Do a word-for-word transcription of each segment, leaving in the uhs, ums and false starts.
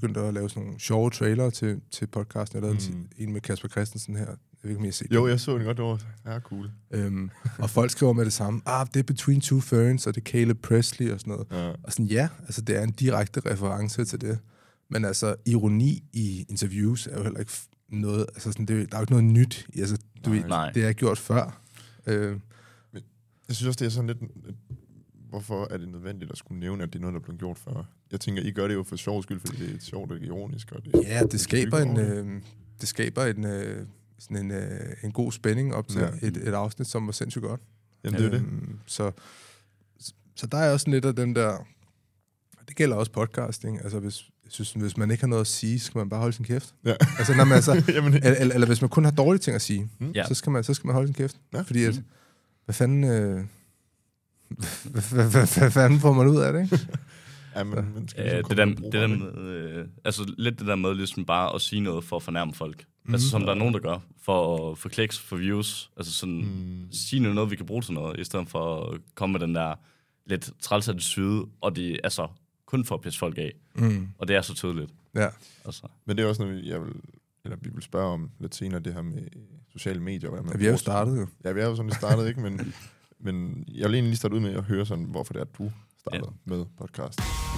begyndt at lave sådan nogle sjove trailer til, til podcasten. Jeg lavede mm. en, en med Kasper Christensen her. Jeg ved ikke, om jeg har set Jo, jeg så den godt over. Ja, cool. Øhm, og folk skriver med det samme. Ah, det er Between Two Ferns, og det er Caleb Presley og sådan noget. Ja. Og sådan, ja, altså det er en direkte reference til det. Men altså, ironi i interviews er jo heller ikke noget, altså sådan, det, der er jo ikke noget nyt. Altså, du nej, ved, nej. Det er gjort før. Øh, Jeg synes også, det er sådan lidt... Hvorfor er det nødvendigt at skulle nævne, at det er noget, der er blevet gjort før? Jeg tænker, I gør det jo for sjov skyld, fordi det er sjovt og ironisk. Og det, ja, det skaber en, øh, det skaber en, øh, sådan en, øh, en god spænding op til ja. et, et afsnit, som var sindssygt godt. Jamen, det er øhm, det. Så, så der er også lidt af den der... Det gælder også podcasting. Altså, hvis, jeg synes, hvis man ikke har noget at sige, så skal man bare holde sin kæft. Ja. Altså, når man altså, Jamen, eller, eller, eller hvis man kun har dårlige ting at sige, mm. ja. så, skal man, så skal man holde sin kæft. Ja. Fordi at... Hvad fanden... Øh, Hvad fanden får man ud af det, ikke? Ja, men, men ja, det der, det der med, øh, altså lidt det der med ligesom bare at sige noget for at fornærme folk. Mm. Altså som der er nogen, der gør, for at få kliks, for views. Altså sådan, mm. sige noget, vi kan bruge til noget, i stedet for at komme med den der lidt trælsatte syde, og det er altså kun for at pisse folk af. Mm. Og det er så tydeligt. Ja. Altså. Men det er også noget, jeg vil, eller vi vil spørge om lidt senere, det her med sociale medier. Hvordan man ja, vi er jo startet jo. Ja, vi er jo sådan, det startede, ikke? Men... Men jeg vil egentlig lige starte ud med at høre sådan, hvorfor det er, at du startede ja. med podcast.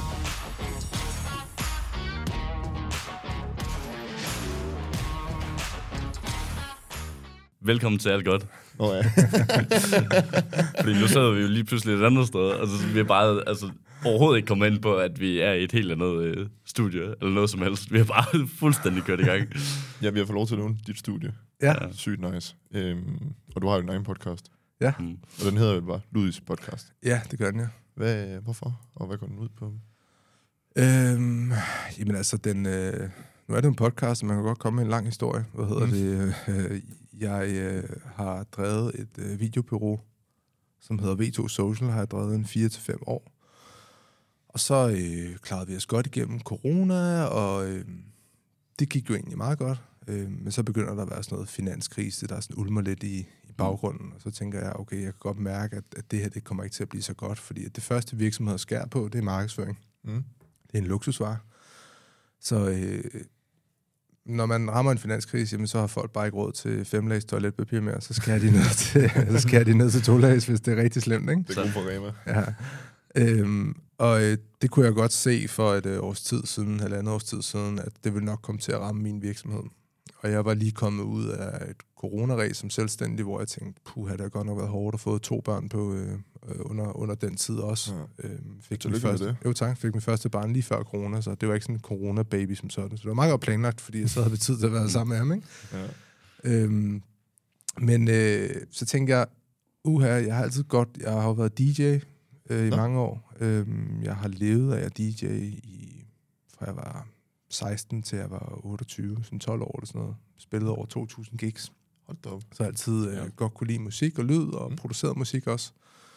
Velkommen til Alt Godt. Nå ja. Fordi nu sidder vi jo lige pludselig et andet sted. Altså, vi er bare altså, overhovedet ikke kommet ind på, at vi er i et helt andet øh, studie, eller noget som helst. Vi har bare fuldstændig kørt i gang. Ja, vi har fået lov til at låne dit studie. Ja. Sygt nice. Øhm, og du har jo din egen podcast. Ja. Mm. Og den hedder jo bare Ludis podcast. Ja, det gør den, ja. Hvad, hvorfor? Og hvad går den ud på? Øhm, jamen altså, den, øh, nu er det en podcast, så man kan godt komme med en lang historie. Hvad hedder mm. det? Øh, jeg øh, har drevet et øh, videobureau, som hedder V to Social, har jeg drevet en fire til fem år. Og så øh, klarede vi os godt igennem corona, og øh, det gik jo egentlig meget godt. Øh, men så begynder der at være sådan noget finanskrise, der er sådan ulmer lidt i, i baggrunden. Og så tænker jeg, okay, jeg kan godt mærke, at, at det her det kommer ikke til at blive så godt, fordi at det første virksomhed skær på, det er markedsføring. Mm. Det er en luksusvare. Så øh, når man rammer en finanskrise, jamen, så har folk bare ikke råd til femlags toiletpapir mere, så skærer de ned til, så skærer de ned til tolags, hvis det er rigtig slemt, ikke? Det er god på Rema. Ja. Øhm, og øh, det kunne jeg godt se for et øh, års tid siden, halvandet års tid siden, at det ville nok komme til at ramme min virksomhed. Og jeg var lige kommet ud af et coronaræs som selvstændig, hvor jeg tænkte, puh, det har godt nok været hårdt at få to børn på øh, under, under den tid også. Ja. Øhm, fik min første, det. Jo tak, fik min første barn lige før corona, så det var ikke sådan en corona-baby som sådan. Så det var meget godt planlagt, fordi jeg så havde tid til at være sammen med ham, ikke? Ja. Øhm, men øh, så tænkte jeg, uha, jeg har altid godt, jeg har jo været D J øh, i ja. mange år. Øhm, jeg har levet af at D J i, fra jeg var seksten til jeg var otteogtyve, sådan tolv år eller sådan noget. Spillede over to tusind gigs. Hold da op. Så jeg altid øh, ja. godt kunne lide musik og lyd, og mm. produceret musik også.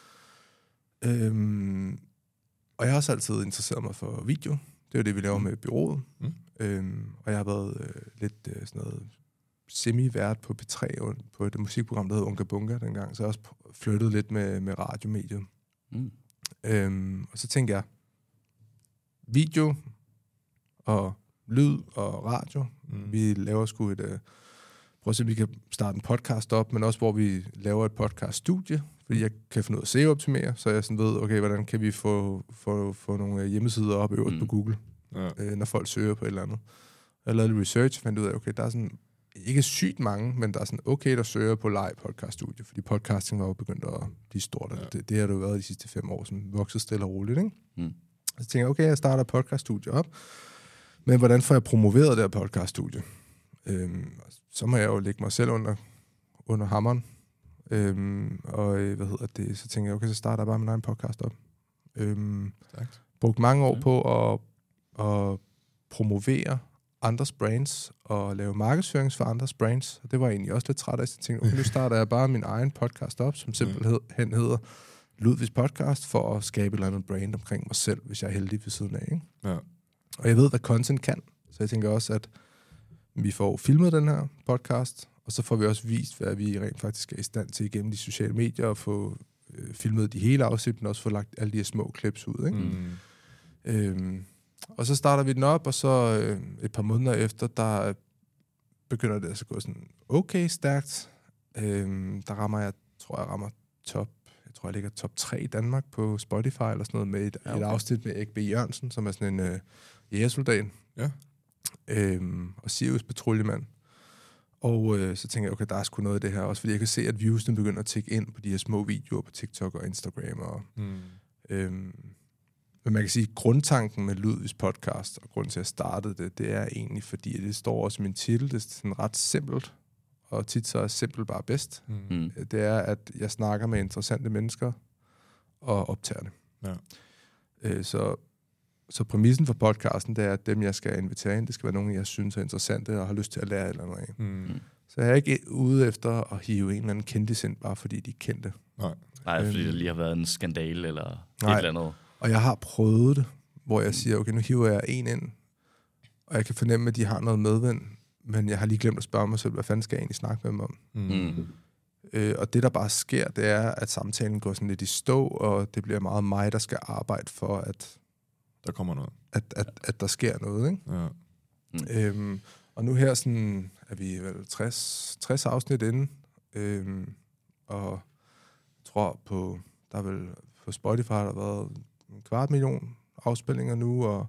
Øhm, og jeg har også altid interesseret mig for video. Det er jo det, vi laver mm. med bureauet. Mm. Øhm, og jeg har været øh, lidt øh, sådan noget semi-vært på P tre, på et musikprogram, der hedder Unga Bunga dengang, så jeg også flyttet lidt med, med radiomediet. Mm. Øhm, og så tænkte jeg, video og lyd og radio. Mm. Vi laver sgu et... Øh, prøv at se, om vi kan starte en podcast op, men også hvor vi laver et podcaststudie, fordi jeg kan finde ud af at S E O-optimere, så jeg sådan ved, okay, hvordan kan vi få, få, få nogle hjemmesider op øverst mm. på Google, ja. øh, når folk søger på et eller andet. Jeg lavede lidt research, fandt ud af, okay, der er sådan ikke sygt mange, men der er sådan okay, der søger på live podcaststudie, fordi podcasting var jo begyndt at blive stort. Ja. Det, det har det jo været de sidste fem år, som vokset stille og roligt, ikke? Mm. Så tænkte jeg, okay, jeg starter et podcaststudie op, men hvordan får jeg promoveret det her podcaststudie? Øhm, så må jeg jo lægge mig selv under, under hammeren. Øhm, og hvad hedder det? Så tænker jeg, okay, så starter jeg bare min egen podcast op. Øhm, brugt mange år ja. på at, at promovere andres brands og lave markedsføring for andres brands. Og det var jeg egentlig også lidt træt af. Så jeg tænkte, okay, nu starter jeg bare min egen podcast op, som simpelthen hedder Ludvigs Podcast, for at skabe et eller andet brand omkring mig selv, hvis jeg er heldig ved siden af. Ikke? Ja. Og jeg ved, hvad content kan. Så jeg tænker også, at vi får filmet den her podcast, og så får vi også vist, hvad vi rent faktisk er i stand til igennem de sociale medier, og få øh, filmet de hele afsnit, men også få lagt alle de her små clips ud. Ikke? Mm. Øhm, Og så starter vi den op, og så øh, et par måneder efter, der begynder det altså at gå sådan okay stærkt. Øh, der rammer jeg, tror jeg rammer top, jeg tror jeg ligger top tre i Danmark på Spotify, eller sådan noget, med et, ja, okay. et afsnit med Erik B. Jørgensen, som er sådan en øh, jægersoldat. Ja. Øh, og Sirius patruljemand. Og øh, så tænker jeg, okay, der er sgu noget i det her, også fordi jeg kan se, at viewsene begynder at tikke ind på de her små videoer på TikTok og Instagram. Og, mm. øhm, men man kan sige, at grundtanken med Ludvigs podcast, og grunden til, at jeg startede det, det er egentlig, fordi det står også i min titel, det er sådan ret simpelt, og tit så er simpelt bare bedst. Mm. Det er, at jeg snakker med interessante mennesker og optager det. Ja. Øh, så, så præmissen for podcasten, det er, at dem, jeg skal invitere ind, det skal være nogen, jeg synes er interessante og har lyst til at lære eller noget af. Mm. Så jeg er ikke ude efter at hive en eller anden kendis ind, bare fordi de kendte. Nej, Nej fordi der lige har været en skandale eller Nej. et eller andet. Og jeg har prøvet det, hvor jeg siger, okay, nu hiver jeg en ind, og jeg kan fornemme, at de har noget medvind, men jeg har lige glemt at spørge mig selv, hvad fanden skal jeg egentlig snakke med dem om? Mm. Øh, og det, der bare sker, det er, at samtalen går sådan lidt i stå, og det bliver meget mig, der skal arbejde for, at der kommer noget. At, at, at der sker noget, ikke? Ja. Mm. Øhm, og nu her sådan, er vi vel tres, tres afsnit inde, øhm, og jeg tror på, der er vel på Spotify, der har været en kvart million afspilninger nu, og,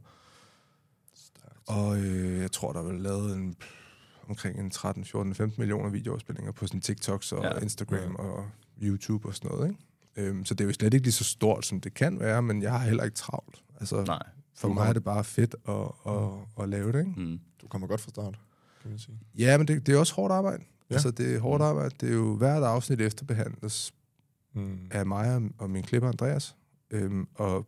og øh, jeg tror, der er vel lavet en, omkring en tretten, fjorten, femten millioner videoafspilninger på sådan TikToks og ja. Instagram ja. og YouTube og sådan noget, ikke? Øhm, så det er jo slet ikke lige så stort, som det kan være, men jeg har heller ikke travlt. Altså, Nej. For mig er det bare fedt at, at, at, at lave det, ikke? Mm. Du kommer godt fra start, kan man sige. Ja, men det, det er også hårdt arbejde. Ja. Altså, det er hårdt arbejde. Det er jo hvert afsnit efterbehandles mm. af mig og min klipper Andreas. Øhm, og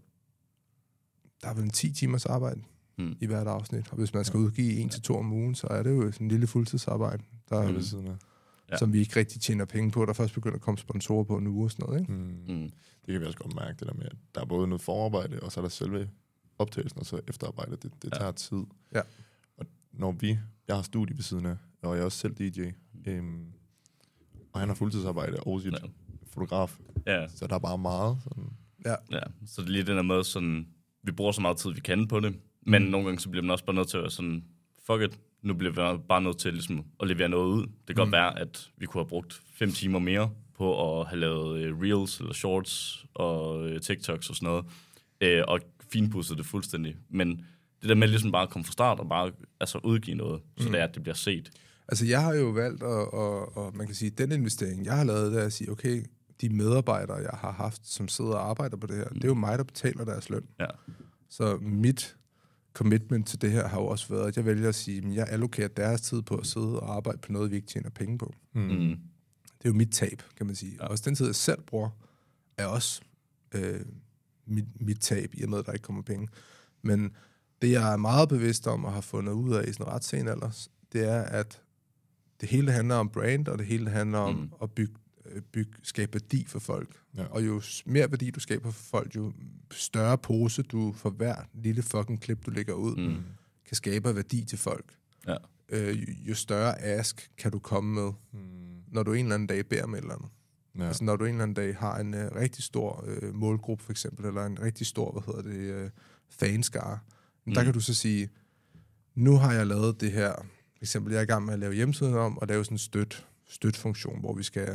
der er vel en ti timers arbejde mm. i hvert afsnit. Og hvis man skal ja. udgive en til to om ugen, så er det jo sådan en lille fuldtidsarbejde, der, ja, siden af. Ja. som vi ikke rigtig tjener penge på. Der først begynder at komme sponsorer på en uge og sådan noget, ikke? Mm. Mm. Det kan vi også godt mærke, det der med, at der er både noget forarbejde, og så er der selve optagelsen, og så efterarbejde. Det, det tager ja. tid. Ja. Og når vi, jeg har studie ved siden af, og jeg er også selv D J, øhm, og han har fuldtidsarbejde og sit ja. fotograf, ja. så der er bare meget. Sådan. Ja. ja, så det er lige den her måde, sådan, vi bruger så meget tid, vi kan på det, men mm. nogle gange så bliver man også bare nødt til at sådan, fuck it, nu bliver vi bare nødt til ligesom, at levere noget ud. Det kan mm. godt være, at vi kunne have brugt fem timer mere på at have lavet uh, reels eller shorts og uh, TikToks og sådan noget, uh, og finpudset det fuldstændig. Men det der med ligesom bare at komme fra start og bare altså, udgive noget, så mm. det er, at det bliver set. Altså jeg har jo valgt, at, at, at man kan sige, den investering, jeg har lavet, det er at sige, okay, de medarbejdere, jeg har haft, som sidder og arbejder på det her, mm. det er jo mig, der betaler deres løn. Ja. Så mit commitment til det her har jo også været, at jeg vælger at sige, at jeg allokerer deres tid på at sidde og arbejde på noget, vi ikke tjener penge på. Mm. Det er jo mit tab, kan man sige. Ja. Også den tid, jeg selv bruger, er også øh, mit, mit tab, i og med, at der ikke kommer penge. Men det, jeg er meget bevidst om og har fundet ud af i sådan en ret sen alder, det er, at det hele handler om brand, og det hele handler om mm. at bygge, bygge, skabe værdi for folk. Ja. Og jo mere værdi du skaber for folk, jo større pose du for hver lille fucking klip, du lægger ud, mm. kan skabe værdi til folk. Ja. Øh, jo, jo større ask kan du komme med, mm. når du en eller anden dag beder med et eller andet. Ja. Altså når du en eller anden dag har en uh, rigtig stor uh, målgruppe, for eksempel, eller en rigtig stor, hvad hedder det, uh, fanskare, mm. der kan du så sige, nu har jeg lavet det her, for eksempel, jeg er i gang med at lave hjemmesiden om, og lave sådan en støt, støtfunktion, hvor vi skal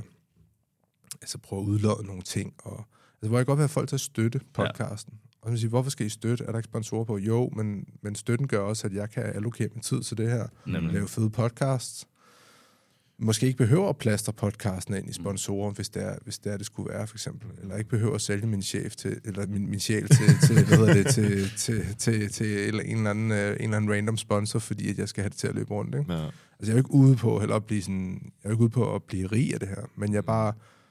altså prøve at udlåde nogle ting, og altså, hvor jeg godt vil have folk til at støtte podcasten. Ja. Og så vil sige, hvorfor skal I støtte? Er der ikke sponsorer på? Jo, men, men støtten gør også, at jeg kan allokere min tid til det her. Nemlig. Lave fede podcasts. Måske ikke behøver at plastre podcasten ind i sponsorer, mm. hvis, det er, hvis det er, det skulle være, for eksempel. Eller ikke behøver at sælge min chef til, eller min, min sjæl til, til, hvad hedder det, til, til, til, til en, eller anden, en eller anden random sponsor, fordi at jeg skal have det til at løbe rundt. Ikke? Ja. Altså, jeg er jo ikke ude på, heller at blive sådan, jeg er ikke ude på at blive rig af det her, men jeg er bare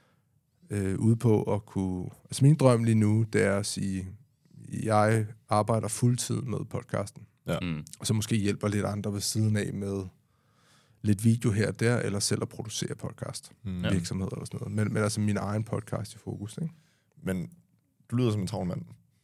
øh, ude på at kunne... Altså, min drøm lige nu, det er at sige, jeg arbejder fuldtid med podcasten. Ja. Mm. Og så måske hjælper lidt andre ved siden af med lidt video her og der, eller selv at producere podcast, mm. virksomheder eller sådan noget. Men, men altså min egen podcast i fokus, ikke? Men du lyder som en travl mand.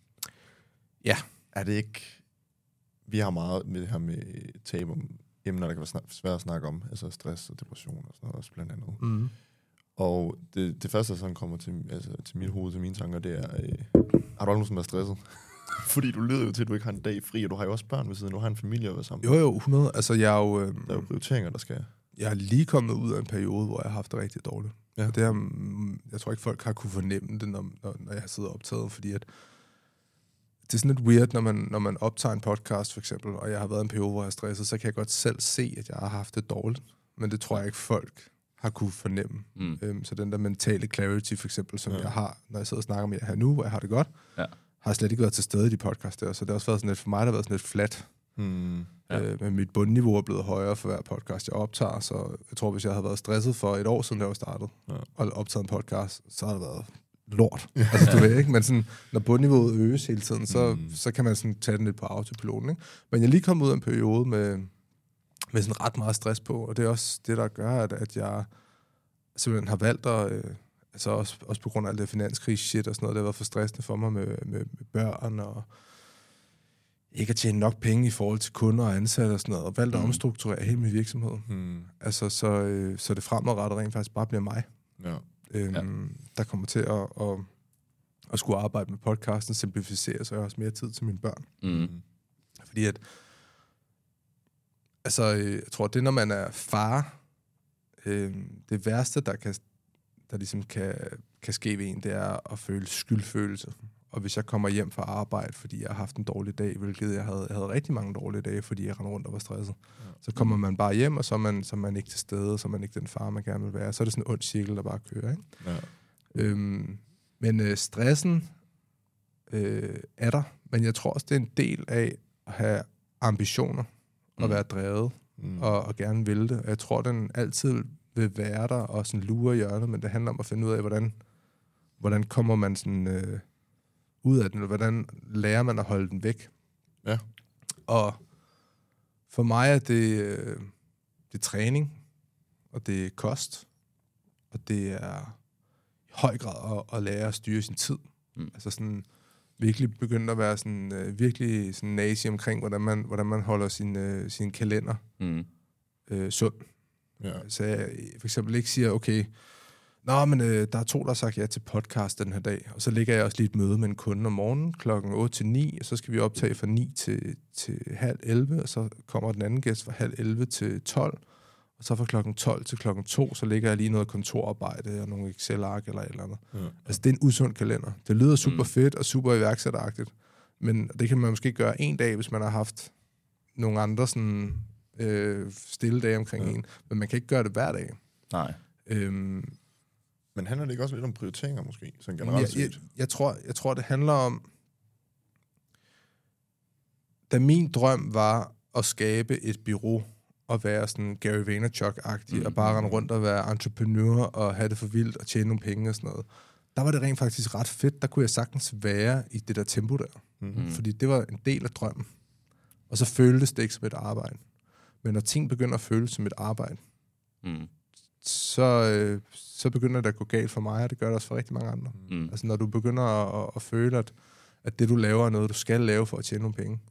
Ja. Er det ikke... Vi har meget med det her med tab om emner, der kan være svært at snakke om, altså stress og depression og sådan noget også blandt andet. Mm. Og det, det første, der sådan kommer til, altså, til mit hoved, til mine tanker, det er, øh, har du aldrig nogensinde været stresset? Fordi du lyder jo til, at du ikke har en dag fri, og du har jo også børn ved siden. Du har en familie at være sammen. Jo, jo, hundrede. Altså, jeg er jo... Øh, Der er jo prioriteringer, der skal... Jeg er lige kommet ud af en periode, hvor jeg har haft det rigtig dårligt. Ja. Og det er, jeg tror ikke, folk har kunne fornemme det, når, når, når jeg sidder optaget, fordi at det er sådan lidt weird, når man, når man optager en podcast, for eksempel, og jeg har været i en periode, hvor jeg er stresset, så kan jeg godt selv se, at jeg har haft det dårligt. Men det tror jeg ikke, folk har kunne fornemme. Mm. Øhm, så den der mentale clarity, for eksempel, som ja. jeg har, når jeg sidder og snakker med jer her nu, hvor jeg har det godt, ja. har slet ikke været til stede i de podcast der. Så det har også været sådan lidt, for mig, der har været sådan lidt flat. Mm. Ja. Øh, men mit bundniveau er blevet højere for hver podcast, jeg optager, så jeg tror, hvis jeg havde været stresset for et år siden, da jeg startede, ja. og optaget en podcast, så har det været lort. Ja. Altså, du ved ikke, men sådan, når bundniveauet øges hele tiden, så, mm. så kan man sådan tage den lidt på autopiloten, ikke? Men jeg er lige kommet ud af en periode med, med sådan ret meget stress på, og det er også det, der gør, at, at jeg simpelthen har valgt at, øh, altså også, også på grund af alt det finanskris-shit og sådan noget, det har været for stressende for mig med, med, med børn og ikke at tjene nok penge i forhold til kunder og ansatte og sådan noget, og valgt at mm. omstrukturere hele min virksomhed. Mm. Altså, så, øh, så det fremadrettet rent faktisk bare bliver mig. Ja. Øhm, ja. Der kommer til at, at, at skulle arbejde med podcasten, simplificere, så jeg har også mere tid til mine børn. Mm. Fordi at, altså, jeg tror, det når man er far, øh, det værste, der kan, der ligesom kan, kan ske ved en, det er at føle skyldfølelse. Og hvis jeg kommer hjem fra arbejde, fordi jeg har haft en dårlig dag, hvilket jeg havde, jeg havde rigtig mange dårlige dage, fordi jeg rendte rundt og var stresset, ja. så kommer man bare hjem, og så er man, så er man ikke til stede, så er man ikke den far, man gerne vil være. Så er det sådan en ond cirkel, der bare kører, ikke? Ja. Øhm, men øh, stressen øh, er der, men jeg tror også, det er en del af at have ambitioner, og mm. være drevet, mm. og, og gerne vil det. Og jeg tror, den altid vil være der, og sådan lure i hjørnet, men det handler om at finde ud af, hvordan, hvordan kommer man sådan... Øh, ud af den, eller hvordan lærer man at holde den væk. Ja. Og for mig er det, øh, det er træning, og det er kost, og det er i høj grad at, at lære at styre sin tid. Mm. Altså sådan virkelig begynde at være sådan, øh, virkelig sådan nazi omkring, hvordan man, hvordan man holder sin, øh, sin kalender mm. øh, sund. Ja. Så jeg for eksempel ikke siger, okay, Nå, men øh, der er to, der har sagt ja til podcast den her dag, og så ligger jeg også lige et møde med en kunde om morgenen klokken otte til ni, og så skal vi optage fra ni til, til halv elleve, og så kommer den anden gæst fra halv elleve til tolv, og så fra klokken tolv til klokken to, så ligger jeg lige noget kontorarbejde og nogle Excel-ark eller et eller andet. Ja. Altså, det er en usund kalender. Det lyder super fedt og super iværksætteragtigt, men det kan man måske gøre en dag, hvis man har haft nogle andre sådan, øh, stille dage omkring ja. en, men man kan ikke gøre det hver dag. Nej. Øhm, Men handler det ikke også lidt om prioriteringer, måske? Sådan generelt jeg, jeg, jeg, tror, jeg tror, det handler om... Da min drøm var at skabe et bureau og være sådan Gary Vaynerchuk-agtig, mm. og bare rende rundt og være entreprenør og have det for vildt og tjene nogle penge og sådan noget, der var det rent faktisk ret fedt. Der kunne jeg sagtens være i det der tempo der. Mm. Fordi det var en del af drømmen. Og så føltes det ikke som et arbejde. Men når ting begynder at føles som et arbejde, mm. så, øh, så begynder det at gå galt for mig, og det gør det også for rigtig mange andre. Mm. Altså når du begynder at, at, at føle, at, at det du laver er noget, du skal lave for at tjene nogle penge,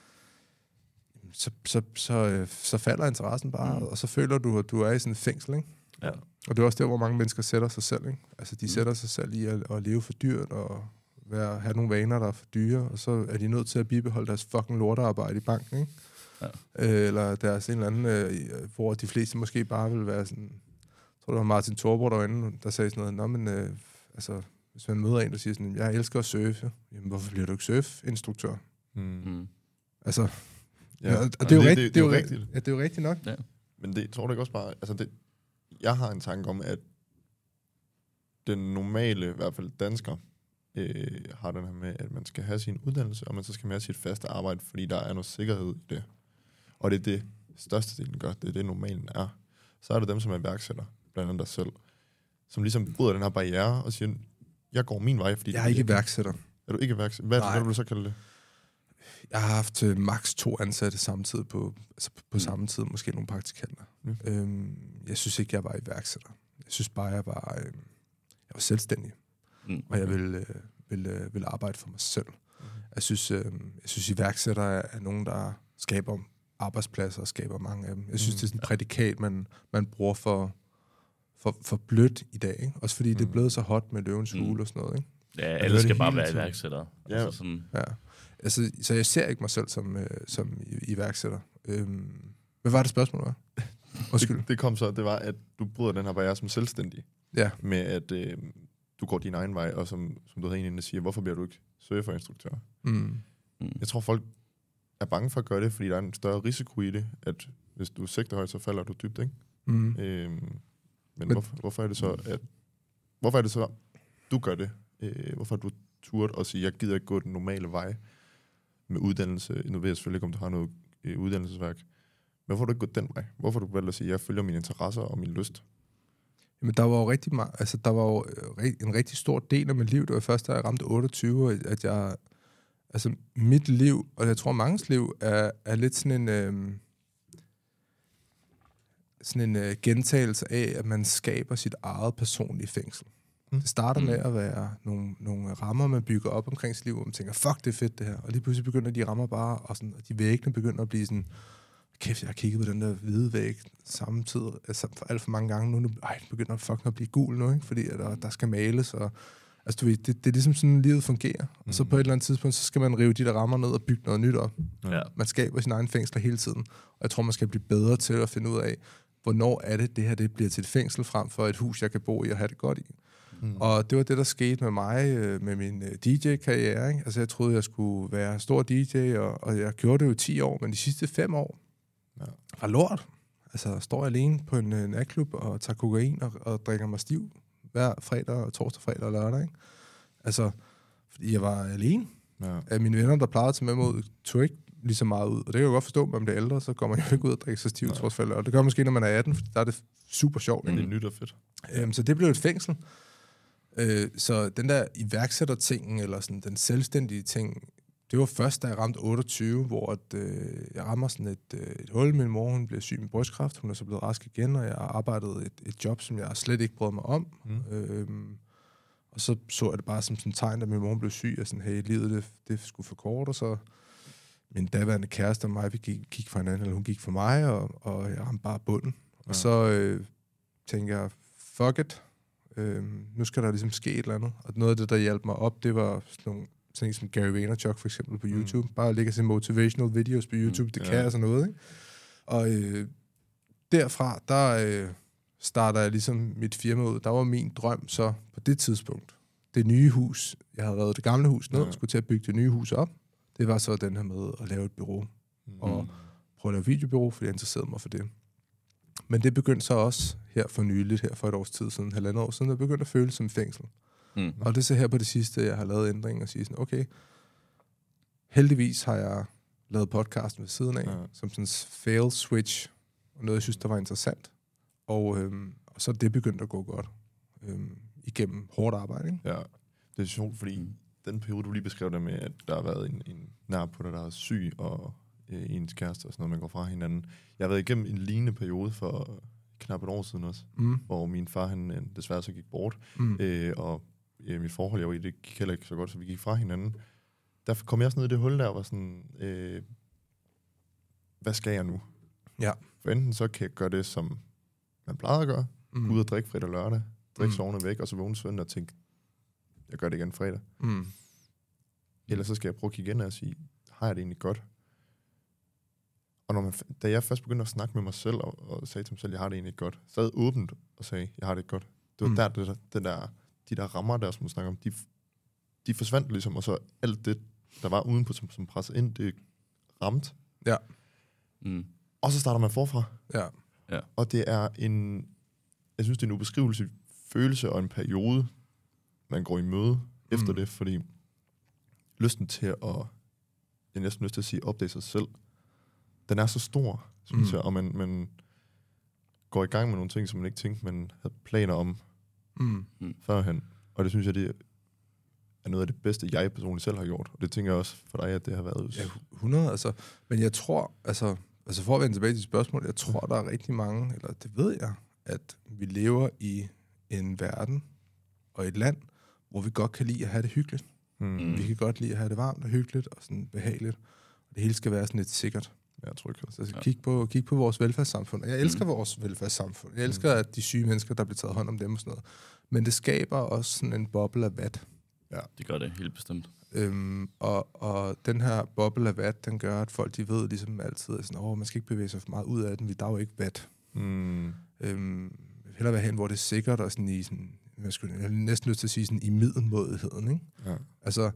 så, så, så, øh, så falder interessen bare, mm. og så føler du, at du er i sådan et fængsel, ikke? Ja. Og det er også der, hvor mange mennesker sætter sig selv, ikke? Altså de mm. sætter sig selv i at, at leve for dyrt, og være, have nogle vaner, der er for dyre, og så er de nødt til at bibeholde deres fucking lortearbejde i banken, ikke? Ja. Øh, eller deres en eller anden, øh, hvor de fleste måske bare vil være sådan... Jeg tror, det var Martin Thorborg derinde, der sagde sådan noget, nå, men øh, altså, hvis man møder en, der siger sådan, jeg elsker at surfe, jamen, hvorfor bliver du ikke surfinstruktør? Mm. Altså, ja, ja, og det er jo rigtigt, det, det, det, det, rigtigt. Ja, det er jo rigtigt nok. Ja. Men det tror jeg ikke også bare, altså det, jeg har en tanke om, at den normale, i hvert fald dansker, øh, har den her med, at man skal have sin uddannelse, og man så skal man have sit faste arbejde, fordi der er noget sikkerhed i det. Og det er det største delen gør, det er det normalen er. Så er det dem, som er iværksætter, blandt andet dig selv, som ligesom bryder den her barriere og siger, jeg går min vej, fordi... Jeg er ikke iværksætter. Er du ikke iværksætter? Hvad, hvad vil du så kalde det? Jeg har haft uh, maks to ansatte samtidig på, altså på mm. samme tid, måske nogle praktikanter. Mm. Øhm, jeg synes ikke, jeg var iværksætter. Jeg synes bare, jeg var, øh, jeg var selvstændig. Mm. Og jeg ville, øh, ville, øh, ville arbejde for mig selv. Mm. Jeg synes, øh, jeg synes iværksætter er, er nogen, der skaber arbejdspladser og skaber mange af dem. Jeg synes, mm. det er sådan en prædikat, man, man bruger for, for, for blødt i dag. Ikke? Også fordi mm. det er blevet så hot med Løvens Hule mm. og sådan noget. Ikke? Ja, alle skal bare være iværksættere. Ja. Altså sådan. Ja. Altså, så jeg ser ikke mig selv som, øh, som iværksætter. Øhm, hvad var det spørgsmål, var? Det, det kom så, det var, at du bryder den her barriere som selvstændig. Ja. Med at øh, du går din egen vej, og som, som du havde en, der siger, hvorfor bliver du ikke surferinstruktør? Mm. Jeg tror, folk er bange for at gøre det, fordi der er en større risiko i det, at hvis du sigter højt, så falder du dybt, ikke? Mm. Øhm, men men hvorfor, hvorfor er det så, at hvorfor er det så, du gør det? Øh, hvorfor har du turt og sige, jeg gider ikke gå den normale vej med uddannelse? Nu ved jeg selvfølgelig ikke, om du har noget øh, uddannelsesværk. Men hvorfor har du ikke gået den vej? Hvorfor har du valgt at sige, jeg følger mine interesser og min lyst? Jamen, der var jo rigtig meget, altså, der var jo en rigtig stor del af mit liv. Det var først, da jeg ramte otteogtyve, at jeg, altså, mit liv, og jeg tror, manges liv, er, er lidt sådan en, øhm, sådan en øh, gentagelse af, at man skaber sit eget personlige fængsel. Mm. Det starter med at være nogle, nogle rammer, man bygger op omkring sit liv, og man tænker, fuck, det er fedt det her. Og lige pludselig begynder de rammer bare, og, sådan, og de væggene begynder at blive sådan, kæft, jeg har kigget på den der hvide væg samtidig, altså for alt for mange gange nu, nu ej, den begynder fucking at blive gul nu, ikke? Fordi at der, der skal males, og altså du ved, det, det er ligesom sådan, livet fungerer. Mm. Og så på et eller andet tidspunkt, så skal man rive de der rammer ned og bygge noget nyt op. Ja. Man skaber sin egen fængsler hele tiden, og jeg tror, man skal blive bedre til at finde ud af, hvornår er det, det her det bliver til et fængsel frem for et hus, jeg kan bo i og have det godt i. Mm. Og det var det, der skete med mig, med min D J-karriere. Ikke? Altså, jeg troede, jeg skulle være stor D J, og, og jeg gjorde det jo i ti år, men de sidste fem år ja. var lort. Altså, står jeg alene på en, en natklub og tager kokain og, og drikker mig stiv hver fredag, torsdag, fredag og lørdag. Ikke? Altså, fordi jeg var alene. Ja. Af mine venner, der plejede at tage med mig ud, tog ikke lige så meget ud. Og det kan jeg godt forstå, at man bliver ældre, så kommer man jo ikke ud og drikker sig stiv torsdag, fredag. Og det gør man måske, når man er atten, for der er det super sjovt. Men det er nyt og fedt. Øhm, så det blev et fængsel. Øh, så den der iværksætter-tingen, eller sådan den selvstændige ting, det var først, da jeg ramte otteogtyve, hvor at, øh, jeg rammer sådan et, øh, et hul. Min mor, hun blev syg med brystkræft, hun er så blevet rask igen, og jeg arbejdede et, et job, som jeg slet ikke brød mig om. Mm. Øhm, og så så jeg det bare som sådan et tegn, at min mor blev syg, og sådan, hey, livet, det, det skulle for kort, og så min daværende kæreste og mig, vi gik, gik for hinanden, eller hun gik for mig, og, og jeg ramte bare bunden. Ja. Og så øh, tænkte jeg, fuck it, øh, nu skal der ligesom ske et eller andet. Og noget af det, der hjalp mig op, det var sådan nogle ting som Gary Vaynerchuk for eksempel på YouTube. Mm. Bare at lægge sin motivational videos på YouTube, mm. det kan ja. sådan noget, ikke? Og øh, derfra, der øh, starter jeg ligesom mit firma ud. Der var min drøm så på det tidspunkt. Det nye hus, jeg havde revet det gamle hus ned, ja. skulle til at bygge det nye hus op. Det var så den her med at lave et bureau. Mm. Og prøve at lave videobureau, fordi jeg interesserede mig for det. Men det begyndte så også her for nyligt, her for et års tid siden, halvandet år siden, det begyndte at føles som fængsel. Mm. Og det er så her på det sidste, jeg har lavet ændringer og siger sådan, okay, heldigvis har jeg lavet podcasten ved siden af, ja. som sådan en fail switch, og noget, jeg synes, der var interessant. Og, øhm, og så er det begyndt at gå godt øhm, igennem hårdt arbejde. Ikke? Ja, det er sjovt, fordi mm. den periode, du lige beskrev der med, at der har været en, en nær på dig, der er syg, og øh, ens kæreste og sådan noget, man går fra hinanden. Jeg har været igennem en lignende periode for knap et år siden også, mm. hvor min far, han desværre så gik bort, mm. øh, og øh, mit forhold, jeg var i, det gik heller ikke så godt, så vi gik fra hinanden. Der kom jeg også ned i det hul der, og var sådan, øh, hvad skal jeg nu? Ja. For enten så kan jeg gøre det, som man plejede at gøre, mm. ud og drikke fredag og lørdag, drikke mm. sovende væk, og så vågne søndag og tænke, jeg gør det igen fredag. Mm. Eller så skal jeg prøve at kigge igen og sige, har jeg det egentlig godt? Og når man, da jeg først begyndte at snakke med mig selv, og, og sagde til mig selv, jeg har det egentlig godt, så havde jeg åbent og sagde, jeg har det godt. Det var mm. der, det, det der, de der rammer der, som du snakker om, de, de forsvandt ligesom, og så alt det, der var udenpå, som, som pressede ind, det ramte. Ja. Mm. Og så starter man forfra. Ja. Ja. Og det er en, jeg synes, det er en ubeskrivelse, følelse og en periode, man går i møde efter mm. det, fordi lysten til at, jeg er næsten lyst til at sige, opdage sig selv, den er så stor, synes mm. jeg, og man, man går i gang med nogle ting, som man ikke tænkte, man havde planer om mm. førhen. Og det synes jeg, det er noget af det bedste, jeg personligt selv har gjort. Og det tænker jeg også for dig, at det har været... Ja, hundrede, altså. Men jeg tror, altså, altså for at vende tilbage til spørgsmålet, jeg tror, der er rigtig mange, eller det ved jeg, at vi lever i en verden og et land, hvor vi godt kan lide at have det hyggeligt. Mm. Vi kan godt lide at have det varmt og hyggeligt og sådan behageligt. Og det hele skal være sådan lidt sikkert. Jeg tror ikke. Så ja. kig, på, kig på vores velfærdssamfund. Jeg elsker mm. vores velfærdssamfund. Jeg elsker, at de syge mennesker, der bliver taget hånd om dem og sådan noget. Men det skaber også sådan en boble af vat. Ja. Det gør det helt bestemt. Øhm, og, og den her boble af vat, den gør, at folk de ved ligesom altid, at sådan, åh, man skal ikke bevæge sig for meget ud af den, vi der er jo ikke vat. Mm. Øhm, jeg vil hellere være hen, hvor det er sikkert, og sådan i sådan, jeg skulle jeg er næsten nødt til at sige, sådan i middelmådigheden, ikke? Ja. Altså,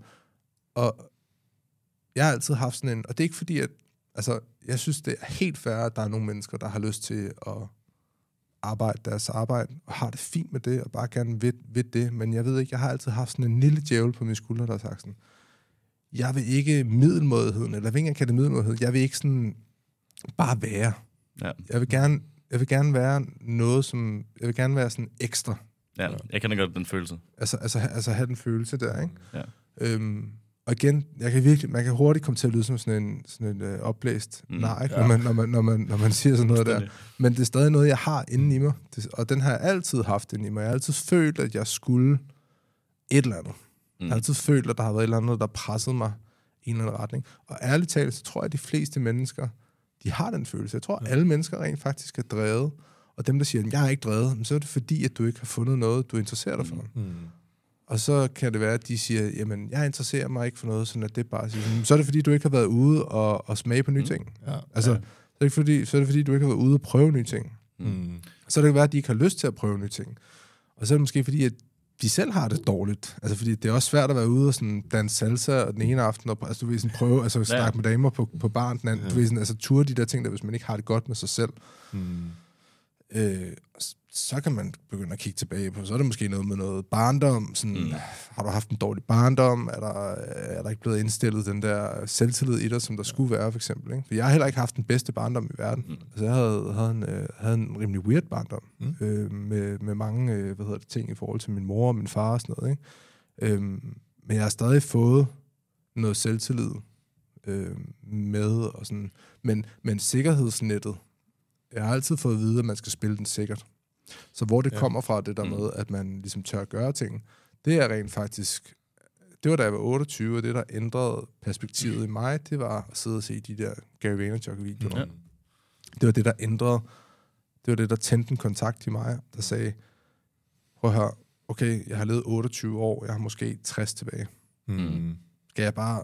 og jeg har altid haft sådan en, og det er ikke fordi, at, altså, jeg synes, det er helt fair, at der er nogle mennesker, der har lyst til at arbejde deres arbejde, og har det fint med det, og bare gerne ved, ved det, men jeg ved ikke, jeg har altid haft sådan en lille djævel på mine skuldre, der har sagt sådan, jeg vil ikke middelmådigheden, eller jeg vil ikke kalde det middelmådighed, jeg vil ikke sådan bare være. Ja. Jeg vil gerne, jeg vil gerne være noget, som, jeg vil gerne være sådan ekstra. Ja, jeg kan da godt den følelse. Altså, altså, altså have den følelse der, ikke? Ja. Øhm, og igen, jeg kan virkelig, man kan hurtigt komme til at lyde som sådan en, sådan en øh, opblæst mm. nej, ikke? Ja. Når, man, når, man, når, man, når man siger sådan noget der. Men det er stadig noget, jeg har inde i mig. Det, og den har jeg altid haft inde i mig. Jeg har altid følt, at jeg skulle et eller andet. Mm. Jeg har altid følt, at der har været et eller andet, der pressede mig i en eller anden retning. Og ærligt talt, så tror jeg, at de fleste mennesker, de har den følelse. Jeg tror, at alle mennesker rent faktisk er drevet. Og dem, der siger, at jeg er ikke drevet, så er det fordi, at du ikke har fundet noget, du interesserer dig for. Mm. Og så kan det være, at de siger, jamen, jeg interesserer mig ikke for noget, sådan at det bare siger, så er det fordi, du ikke har været ude og, og smage på nye ting. Ja. Altså, ja. Så, er det fordi, så er det fordi, du ikke har været ude og prøve nye ting. Mm. Så er det være, at de ikke har lyst til at prøve nye ting. Og så er det måske fordi, at de selv har det dårligt. Altså, fordi det er også svært at være ude og sådan danse salsa og den ene aften, og altså, du vil sådan prøve, altså snakke ja. med damer på, på baren, den anden, ja. du vil sådan, altså ture de der ting, der hvis man ikke har det godt med sig selv. Mm. Øh, så kan man begynde at kigge tilbage på, så er det måske noget med noget barndom, sådan, mm. har du haft en dårlig barndom, er der, er der ikke blevet indstillet den der selvtillid i dig, som der skulle være, for eksempel, ikke? For jeg har heller ikke haft den bedste barndom i verden. Mm. Altså, jeg havde, havde, en, havde en rimelig weird barndom, mm. øh, med, med mange, øh, hvad hedder det, ting i forhold til min mor og min far og sådan noget, ikke? Øh, men jeg har stadig fået noget selvtillid øh, med, og sådan, men, men sikkerhedsnettet, jeg har altid fået at vide, at man skal spille den sikkert. Så hvor det ja. kommer fra, det der mm. med, at man ligesom tør at gøre ting, det er rent faktisk, det var da jeg var otteogtyve, og det der ændrede perspektivet mm. i mig, det var at sidde og se de der Gary Vaynerchuk-videoer. Mm. Det var det, der ændrede, det var det, der tændte en kontakt i mig, der sagde, prøv at høre, okay, jeg har levet otteogtyve år, jeg har måske tres tilbage. Mm. Skal jeg bare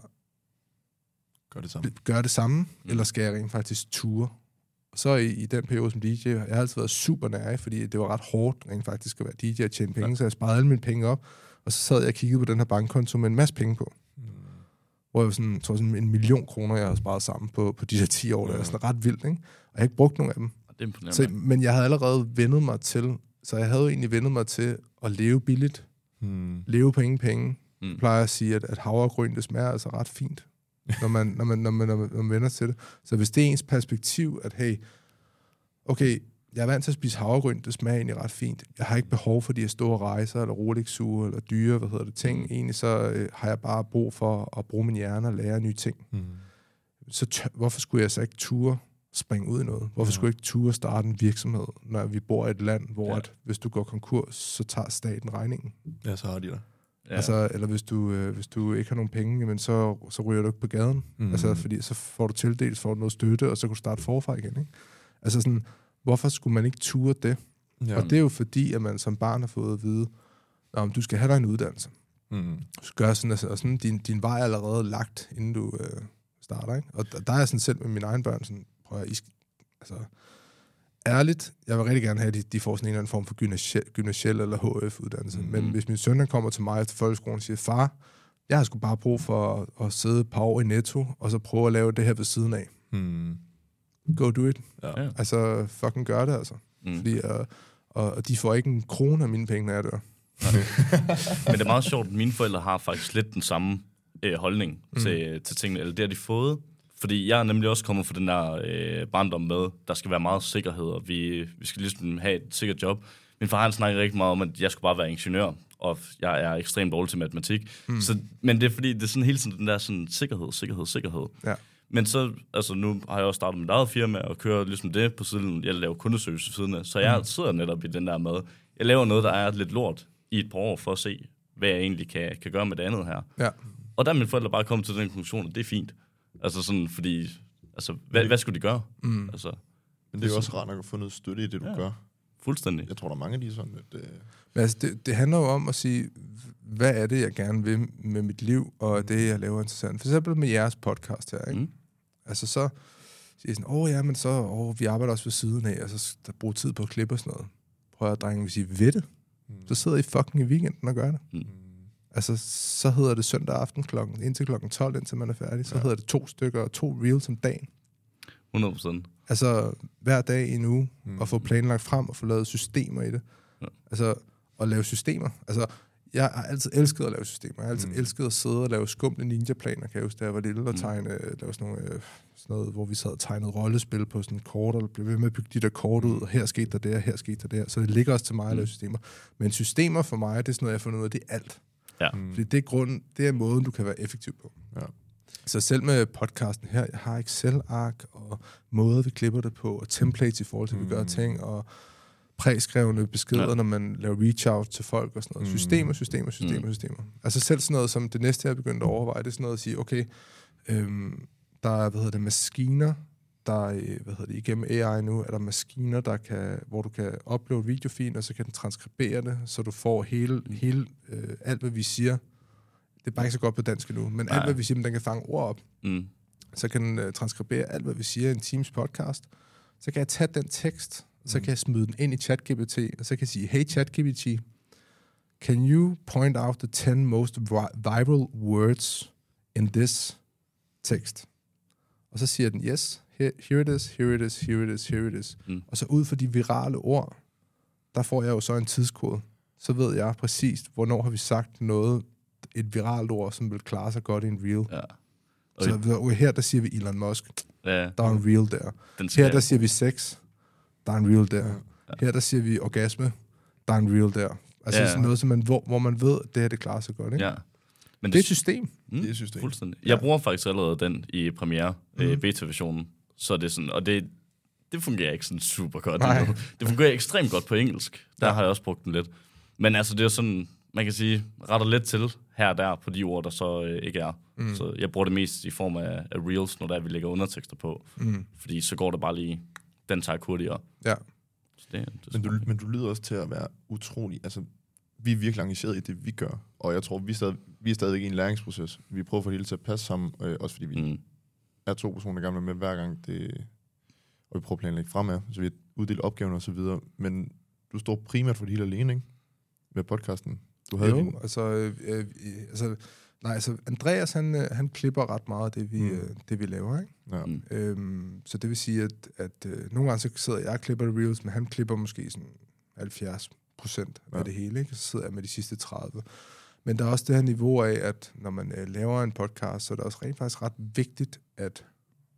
gøre det samme, gøre det samme mm. eller skal jeg rent faktisk ture? Så i, i den periode som D J, jeg har altid været super nær, fordi det var ret hårdt rent faktisk at være D J og tjene penge, ja. så jeg sparede alle mine penge op, og så sad jeg og kiggede på den her bankkonto med en masse penge på. Mm. Hvor jeg var sådan, tror sådan en million kroner, jeg havde sparet sammen på, på de der ti år, ja. der var sådan ret vildt, ikke? Og jeg har ikke brugt nogen af dem. Det så, men jeg havde allerede vendet mig til, så jeg havde jo egentlig vendet mig til at leve billigt, mm. leve på ingen penge. Mm. Jeg plejer at sige, at, at havregryn, det smager altså ret fint. når, man, når, man, når, man, når, man, når man vender til det. Så hvis det er ens perspektiv, at hey, okay, jeg er vant til at spise havregryn, det smager egentlig ret fint. Jeg har ikke behov for de her store rejser, eller Rolex-ure, eller dyre, hvad hedder det, ting. Mm. Egentlig så øh, har jeg bare brug for at bruge min hjerne og lære nye ting. Mm. Så tør, hvorfor skulle jeg så ikke ture springe ud i noget? Hvorfor ja. skulle jeg ikke ture starte en virksomhed, når vi bor i et land, hvor ja. at, hvis du går konkurs, så tager staten regningen? Ja, så har de det. Ja. Altså, eller hvis du, øh, hvis du ikke har nogen penge, jamen så, så ryger du ikke på gaden. Mm. Altså, fordi så får du tildelt, så får du noget støtte, og så kan du starte forfra igen, ikke? Altså sådan, hvorfor skulle man ikke ture det? Ja. Og det er jo fordi, at man som barn har fået at vide, om du skal have dig en uddannelse. Mm. Du skal gøre sådan, altså, og sådan din, din vej er allerede lagt, inden du øh, starter, ikke? Og der, der er jeg sådan selv med mine egne børn, sådan, prøv at, I skal, altså, ærligt, jeg vil rigtig gerne have, at de, de får sådan en eller anden form for gymnasiel, gymnasiel eller H F-uddannelse. Mm. Men hvis min søn kommer til mig efter folkeskolen og siger, far, jeg har sgu bare brug for at, at sidde et par år i Netto, og så prøve at lave det her ved siden af. Mm. Go do it. Ja. Altså, fucking gør det, altså. Mm. Fordi, og, og de får ikke en krone af mine penge, når jeg dør. Men det er meget sjovt, mine forældre har faktisk lidt den samme øh, holdning mm. til, til tingene, eller det har de fået. Fordi jeg er nemlig også kommet fra den der øh, barndom med, der skal være meget sikkerhed, og vi, vi skal ligesom have et sikkert job. Min far han snakker rigtig meget om, at jeg skulle bare være ingeniør, og jeg er ekstremt dårlig til matematik. Mm. Så, men det er fordi, det er sådan hele tiden den der sådan, sikkerhed, sikkerhed, sikkerhed. Ja. Men så, altså nu har jeg også startet mit eget firma, og kører ligesom det på siden, jeg laver kundeservice siden af, så jeg mm. sidder netop i den der med, jeg laver noget, der er lidt lort i et par år, for at se, hvad jeg egentlig kan, kan gøre med det andet her. Ja. Og der er mine forældre bare kommet til den konklusion, at det er fint. Altså sådan, fordi, altså, hvad, hvad skulle de gøre? Mm. Altså, men det er jo også rart nok at få noget støtte i det, du ja. gør. Fuldstændig. Jeg tror, der er mange af de sådan lidt... Øh... Men altså, det, det handler jo om at sige, hvad er det, jeg gerne vil med mit liv, og det, jeg laver interessant. For eksempel med jeres podcast her, ikke? Mm. Altså så siger jeg sådan, åh ja, men så, åh, vi arbejder også ved siden af, og så der bruger tid på at klippe og sådan noget. Prøv at drenge, hvis I ved det, mm. så sidder I fucking i weekenden og gør det. Mm. Altså, så hedder det søndag aften klokken, indtil klokken tolv, indtil man er færdig. Så ja. hedder det to stykker og to reels om dagen. hundrede procent. Altså, hver dag i en uge, mm. og få planlagt frem og få lavet systemer i det. Ja. Altså, at lave systemer. Altså, jeg har altid elsket at lave systemer. Jeg har altid mm. elsket at sidde og lave skumle ninja-planer, kan jeg huske, da jeg var lille, og tegne, mm. lave sådan, nogle, øh, sådan noget, hvor vi sad og tegnede rollespil på sådan et kort, og blev ved med at bygge de der kort ud, og her skete der det, og her skete der det. Så det ligger også til mig at lave systemer. Men systemer for mig, det er sådan noget, jeg har fundet ud af, det er alt. Ja. Fordi det er grunden, det er måden, du kan være effektiv på. Ja. Så selv med podcasten her, jeg har Excel-ark, og måder, vi klipper det på, og templates i forhold til, at vi gør ting, og præskrevne beskeder, ja. når man laver reach-out til folk og sådan noget. Systemer, systemer, systemer, mm. systemer. Altså selv sådan noget, som det næste, jeg begyndte at overveje, det er sådan noget at sige, okay, øhm, der er, hvad hedder det, maskiner, der er, hvad hedder det, igennem A I nu, er der maskiner, der kan, hvor du kan uploade videofil, og så kan den transkribere det, så du får hele, hele øh, alt, hvad vi siger. Det er bare ikke så godt på dansk nu, men Nej. alt, hvad vi siger, den kan fange ord op. Mm. Så kan den øh, transkribere alt, hvad vi siger i en Teams podcast. Så kan jeg tage den tekst, så kan jeg smide den ind i ChatGPT, og så kan jeg sige, hey ChatGPT, can you point out the ten most viral words in this text? Og så siger den, yes, here, here it is, here it is, here it is, here it is. Mm. Og så ud for de virale ord, der får jeg jo så en tidskode. Så ved jeg præcis, hvornår har vi sagt noget, et viralt ord, som vil klare sig godt i en reel. Ja. Så her, der siger vi Elon Musk. Ja. Der er en reel der. Her, der siger vi sex. Der er en reel der. Ja. Her, der siger vi orgasme. Der er en reel der. Altså ja. sådan noget, som man, hvor, hvor man ved, at det her, det klarer sig godt. Ikke? Ja. Men det, det er et system. Mm, det er et system. Fuldstændig. Jeg bruger faktisk allerede den i Premiere, mm. øh, beta-versionen. Så det er sådan, og det, det fungerer ikke sådan super godt. Det fungerer ekstremt godt på engelsk. Der ja. har jeg også brugt den lidt. Men altså, det er sådan, man kan sige, retter lidt til her og der på de ord, der så øh, ikke er. Mm. Så jeg bruger det mest i form af, af reels, når der vi lægger undertekster på. Mm. Fordi så går det bare lige, den tager hurtigere. Ja. Det, det men, du, men du lyder også til at være utrolig, altså vi er virkelig engageret i det, vi gør. Og jeg tror, vi er, stadig, vi er stadig i en læringsproces. Vi prøver at få det hele til at passe sammen, øh, også fordi vi mm. er to personer, der gerne vil med hver gang det, og vi prøver at planlægge fremad, så vi uddeler opgaven og så videre. Men du står primært for det hele alene, ikke? Med podcasten. Du havde jo, din... altså, øh, øh, altså, nej, altså, Andreas, han, øh, han klipper ret meget af det, vi, mm. øh, det, vi laver, ikke? Ja. Mm. Øhm, så det vil sige, at, at øh, nogle gange så sidder jeg og klipper reels, men han klipper måske sådan halvfjerds procent af ja. det hele, ikke? Så sidder jeg med de sidste tredive. Men der er også det her niveau af, at når man øh, laver en podcast, så er det også rent faktisk ret vigtigt, at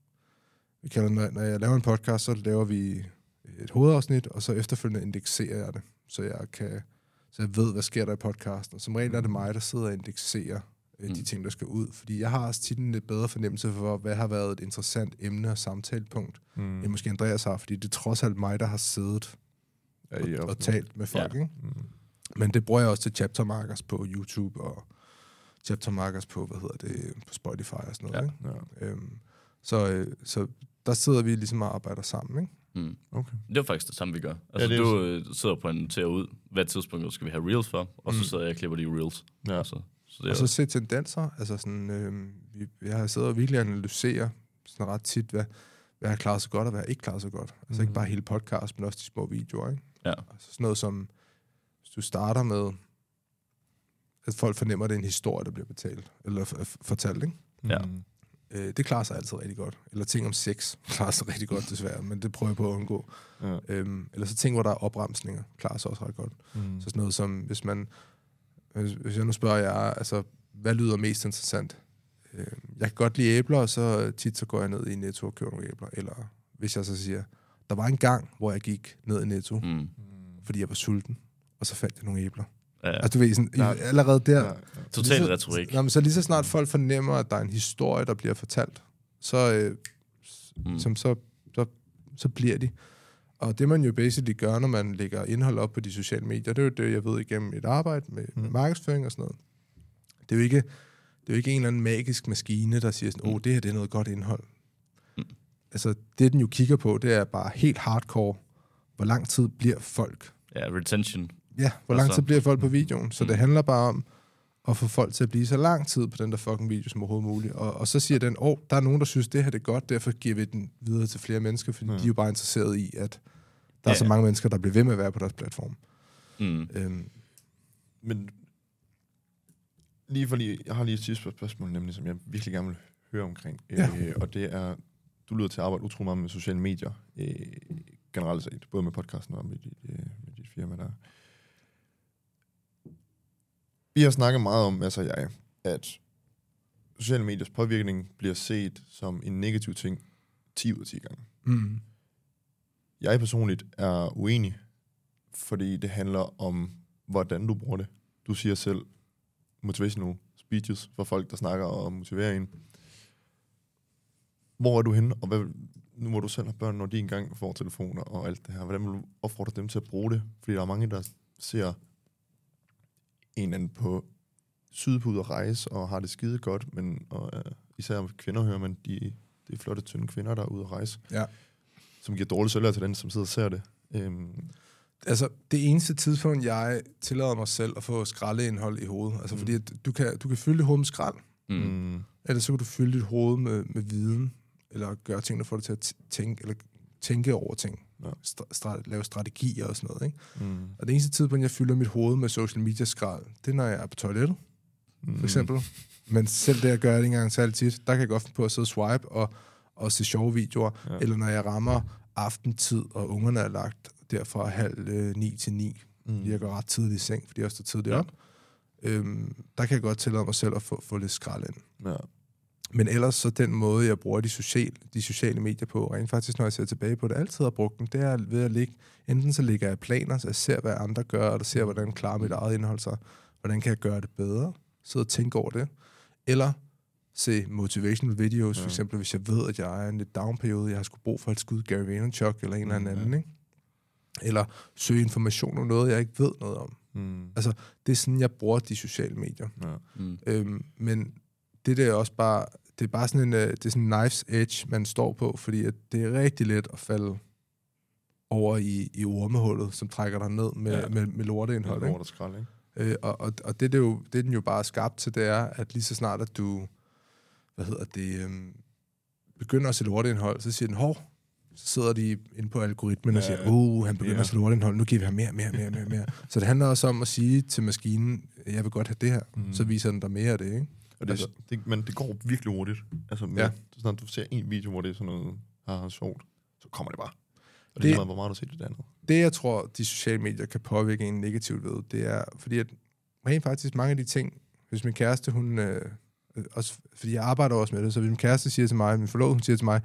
vi kalder, når, når jeg laver en podcast, så laver vi et hovedafsnit, og så efterfølgende indekserer jeg det, så jeg kan... Så jeg ved, hvad sker der i podcasten. Som regel er det mig, der sidder og indekserer øh, de mm. ting, der skal ud. Fordi jeg har også tit en lidt bedre fornemmelse for, hvad har været et interessant emne og samtalepunkt, mm. end måske Andreas har. Fordi det er trods alt mig, der har siddet ja, og, og talt med folk. Ja. Ikke? Mm. Men det bruger jeg også til chapter markers på YouTube og chapter markers på, hvad hedder det, på Spotify og sådan noget. Ja. Ikke? Ja. Øhm, så, øh, så der sidder vi ligesom og arbejder sammen, ikke? Mm. Okay. Det er faktisk det samme, vi gør. Altså, ja, du øh, sidder på en til ud, hvad tidspunkt skal vi have reels for, og mm. så sidder jeg og klipper de reels. Ja. Altså, så det og så se tendenser. Altså sådan, øh, vi, jeg har siddet og virkelig analyseret sådan ret tit, hvad, hvad har klaret sig godt, og hvad har ikke klaret sig godt. Altså mm. ikke bare hele podcast, men også de små videoer, ikke? Ja. Altså sådan noget som, hvis du starter med, at folk fornemmer, at det er en historie, der bliver betalt, eller f- fortalt, ikke? Ja. Mm. Øh, det klarer sig altid rigtig godt. Eller ting om sex klarer sig rigtig godt, desværre, men det prøver jeg på at undgå. Ja. Øhm, eller så ting, hvor der er opremsninger, klarer sig også ret godt. Mm. Så sådan noget som, hvis man, hvis, hvis jeg nu spørger jer, altså, hvad lyder mest interessant? Øh, jeg kan godt lide æbler, og så tit så går jeg ned i Netto og køber nogle æbler. Eller hvis jeg så siger, der var en gang, hvor jeg gik ned i Netto, mm. fordi jeg var sulten, og så fandt jeg nogle æbler. Ja, ja. Altså du ved, sådan, ja. allerede der... Ja, ja. Total retorik. Nå, men så lige så snart folk fornemmer, at der er en historie, der bliver fortalt, så, øh, mm. som, så, så, så bliver de. Og det man jo basically gør, når man lægger indhold op på de sociale medier, det er jo det, jeg ved igennem et arbejde med, mm. med markedsføring og sådan noget. Det er jo ikke, det er jo ikke en eller anden magisk maskine, der siger sådan, åh, mm. oh, det her det er noget godt indhold. Mm. Altså, det den jo kigger på, det er bare helt hardcore. hvor lang tid bliver folk? Ja, retention. Ja, hvor lang Altså. tid bliver folk på videoen? Så Mm. det handler bare om at få folk til at blive så lang tid på den der fucking video som overhovedet muligt. Og, og så siger den, åh, oh, der er nogen, der synes, det her det er godt, derfor giver vi den videre til flere mennesker, fordi Ja. de er jo bare interesserede i, at der Ja. er så mange mennesker, der bliver ved med at være på deres platform. Mm. Øhm, Men lige for lige, jeg har lige et sidste spørgsmål, nemlig, som jeg virkelig gerne vil høre omkring. Ja. Øh, og det er, du lyder til at arbejde utrolig meget med sociale medier, øh, generelt set, både med podcasten og med dit, øh, med dit firma der. Vi har snakket meget om, altså jeg, at sociale mediers påvirkning bliver set som en negativ ting ti ud af ti gange. mm, Jeg personligt er uenig, fordi det handler om, hvordan du bruger det. Du siger selv motivational speeches for folk, der snakker og motiverer en. Hvor er du henne, og hvad, nu hvor du selv har børn, når de engang får telefoner og alt det her, hvordan vil du opfordre dem til at bruge det? Fordi der er mange, der ser en eller anden på sydpå ud at rejse og har det skide godt, men og, uh, især kvinder hører man, de, de er flotte, tynde kvinder, der er ude at rejse, ja. som giver dårlig selvværd til den, som sidder og ser det. Um, Altså, det eneste tidspunkt, jeg tillader mig selv at få skraldeindhold i hovedet, altså Mm. fordi at du kan, du kan fylde dit hoved med skrald, Mm. mm. eller så kan du fylde dit hoved med, med viden, eller gøre ting, der får dig til at t- tænke, eller tænke over ting. Ja. Stra- stra- lave strategier og sådan noget, ikke? Mm. Og det eneste tidspunkt, jeg fylder mit hoved med social media skrald, det er, når jeg er på toilettet, for eksempel. Men selv det, jeg gør det ikke engang særlig tit, der kan jeg godt finde på at sidde og swipe og, og se sjove videoer. Ja. Eller når jeg rammer aftentid, og ungerne er lagt derfra halv øh, ni til ni. Mm. Jeg går ret tidligt i seng, fordi jeg står tidligt Ja. op. Øhm, der kan jeg godt tillade mig selv at få, få lidt skrald ind. Ja. Men ellers så den måde, jeg bruger de sociale, de sociale medier på, rent faktisk, når jeg ser tilbage på det, altid har brugt dem, det er ved at ligge, enten så ligger jeg planer, så jeg ser, hvad andre gør, og der ser, hvordan klarer mit eget indhold sig, hvordan kan jeg gøre det bedre, sidde og tænke over det, eller se motivational videos, Ja. for eksempel, hvis jeg ved, at jeg er i en lidt down-periode, jeg har sgu brug for et skud Gary Vaynerchuk, eller en eller anden Mm, ja. anden, ikke? Eller søge information om noget, jeg ikke ved noget om. Mm. Altså, det er sådan, jeg bruger de sociale medier. Ja. Mm. Øhm, men det der er også bare, det er bare sådan en, uh, det er sådan en knife's edge, man står på, fordi at det er rigtig let at falde over i, i ormehullet, som trækker dig ned med, Ja. ja. med, med lorteindhold. Det er Ikke? lort og skrald, ikke? Øh, og og, og det, det, er jo, det, den jo bare skabt til, det er, at lige så snart, at du, hvad hedder det, øhm, begynder at se lorteindhold, så siger den, hov, så sidder de inde på algoritmen og Ja, siger, ja. oh, han begynder Ja. at se lorteindhold, nu giver vi ham mere, mere, mere, mere, mere. Så det handler også om at sige til maskinen, jeg vil godt have det her, Mm. mm. så viser den dig mere af det, ikke? Og det, Altså- det, men det går virkelig hurtigt. Altså, med, Ja. ja. så snart du ser en video, hvor det er sådan noget, har sjovt, så kommer det bare. Og det, Det- det er lige meget, hvor meget du ser det andet. Det, jeg tror, de sociale medier kan påvirke en negativt ved, det er, fordi at rent faktisk mange af de ting, hvis min kæreste, hun, øh, også, fordi jeg arbejder også med det, så hvis min kæreste siger til mig, min forlovede, hun siger til mig,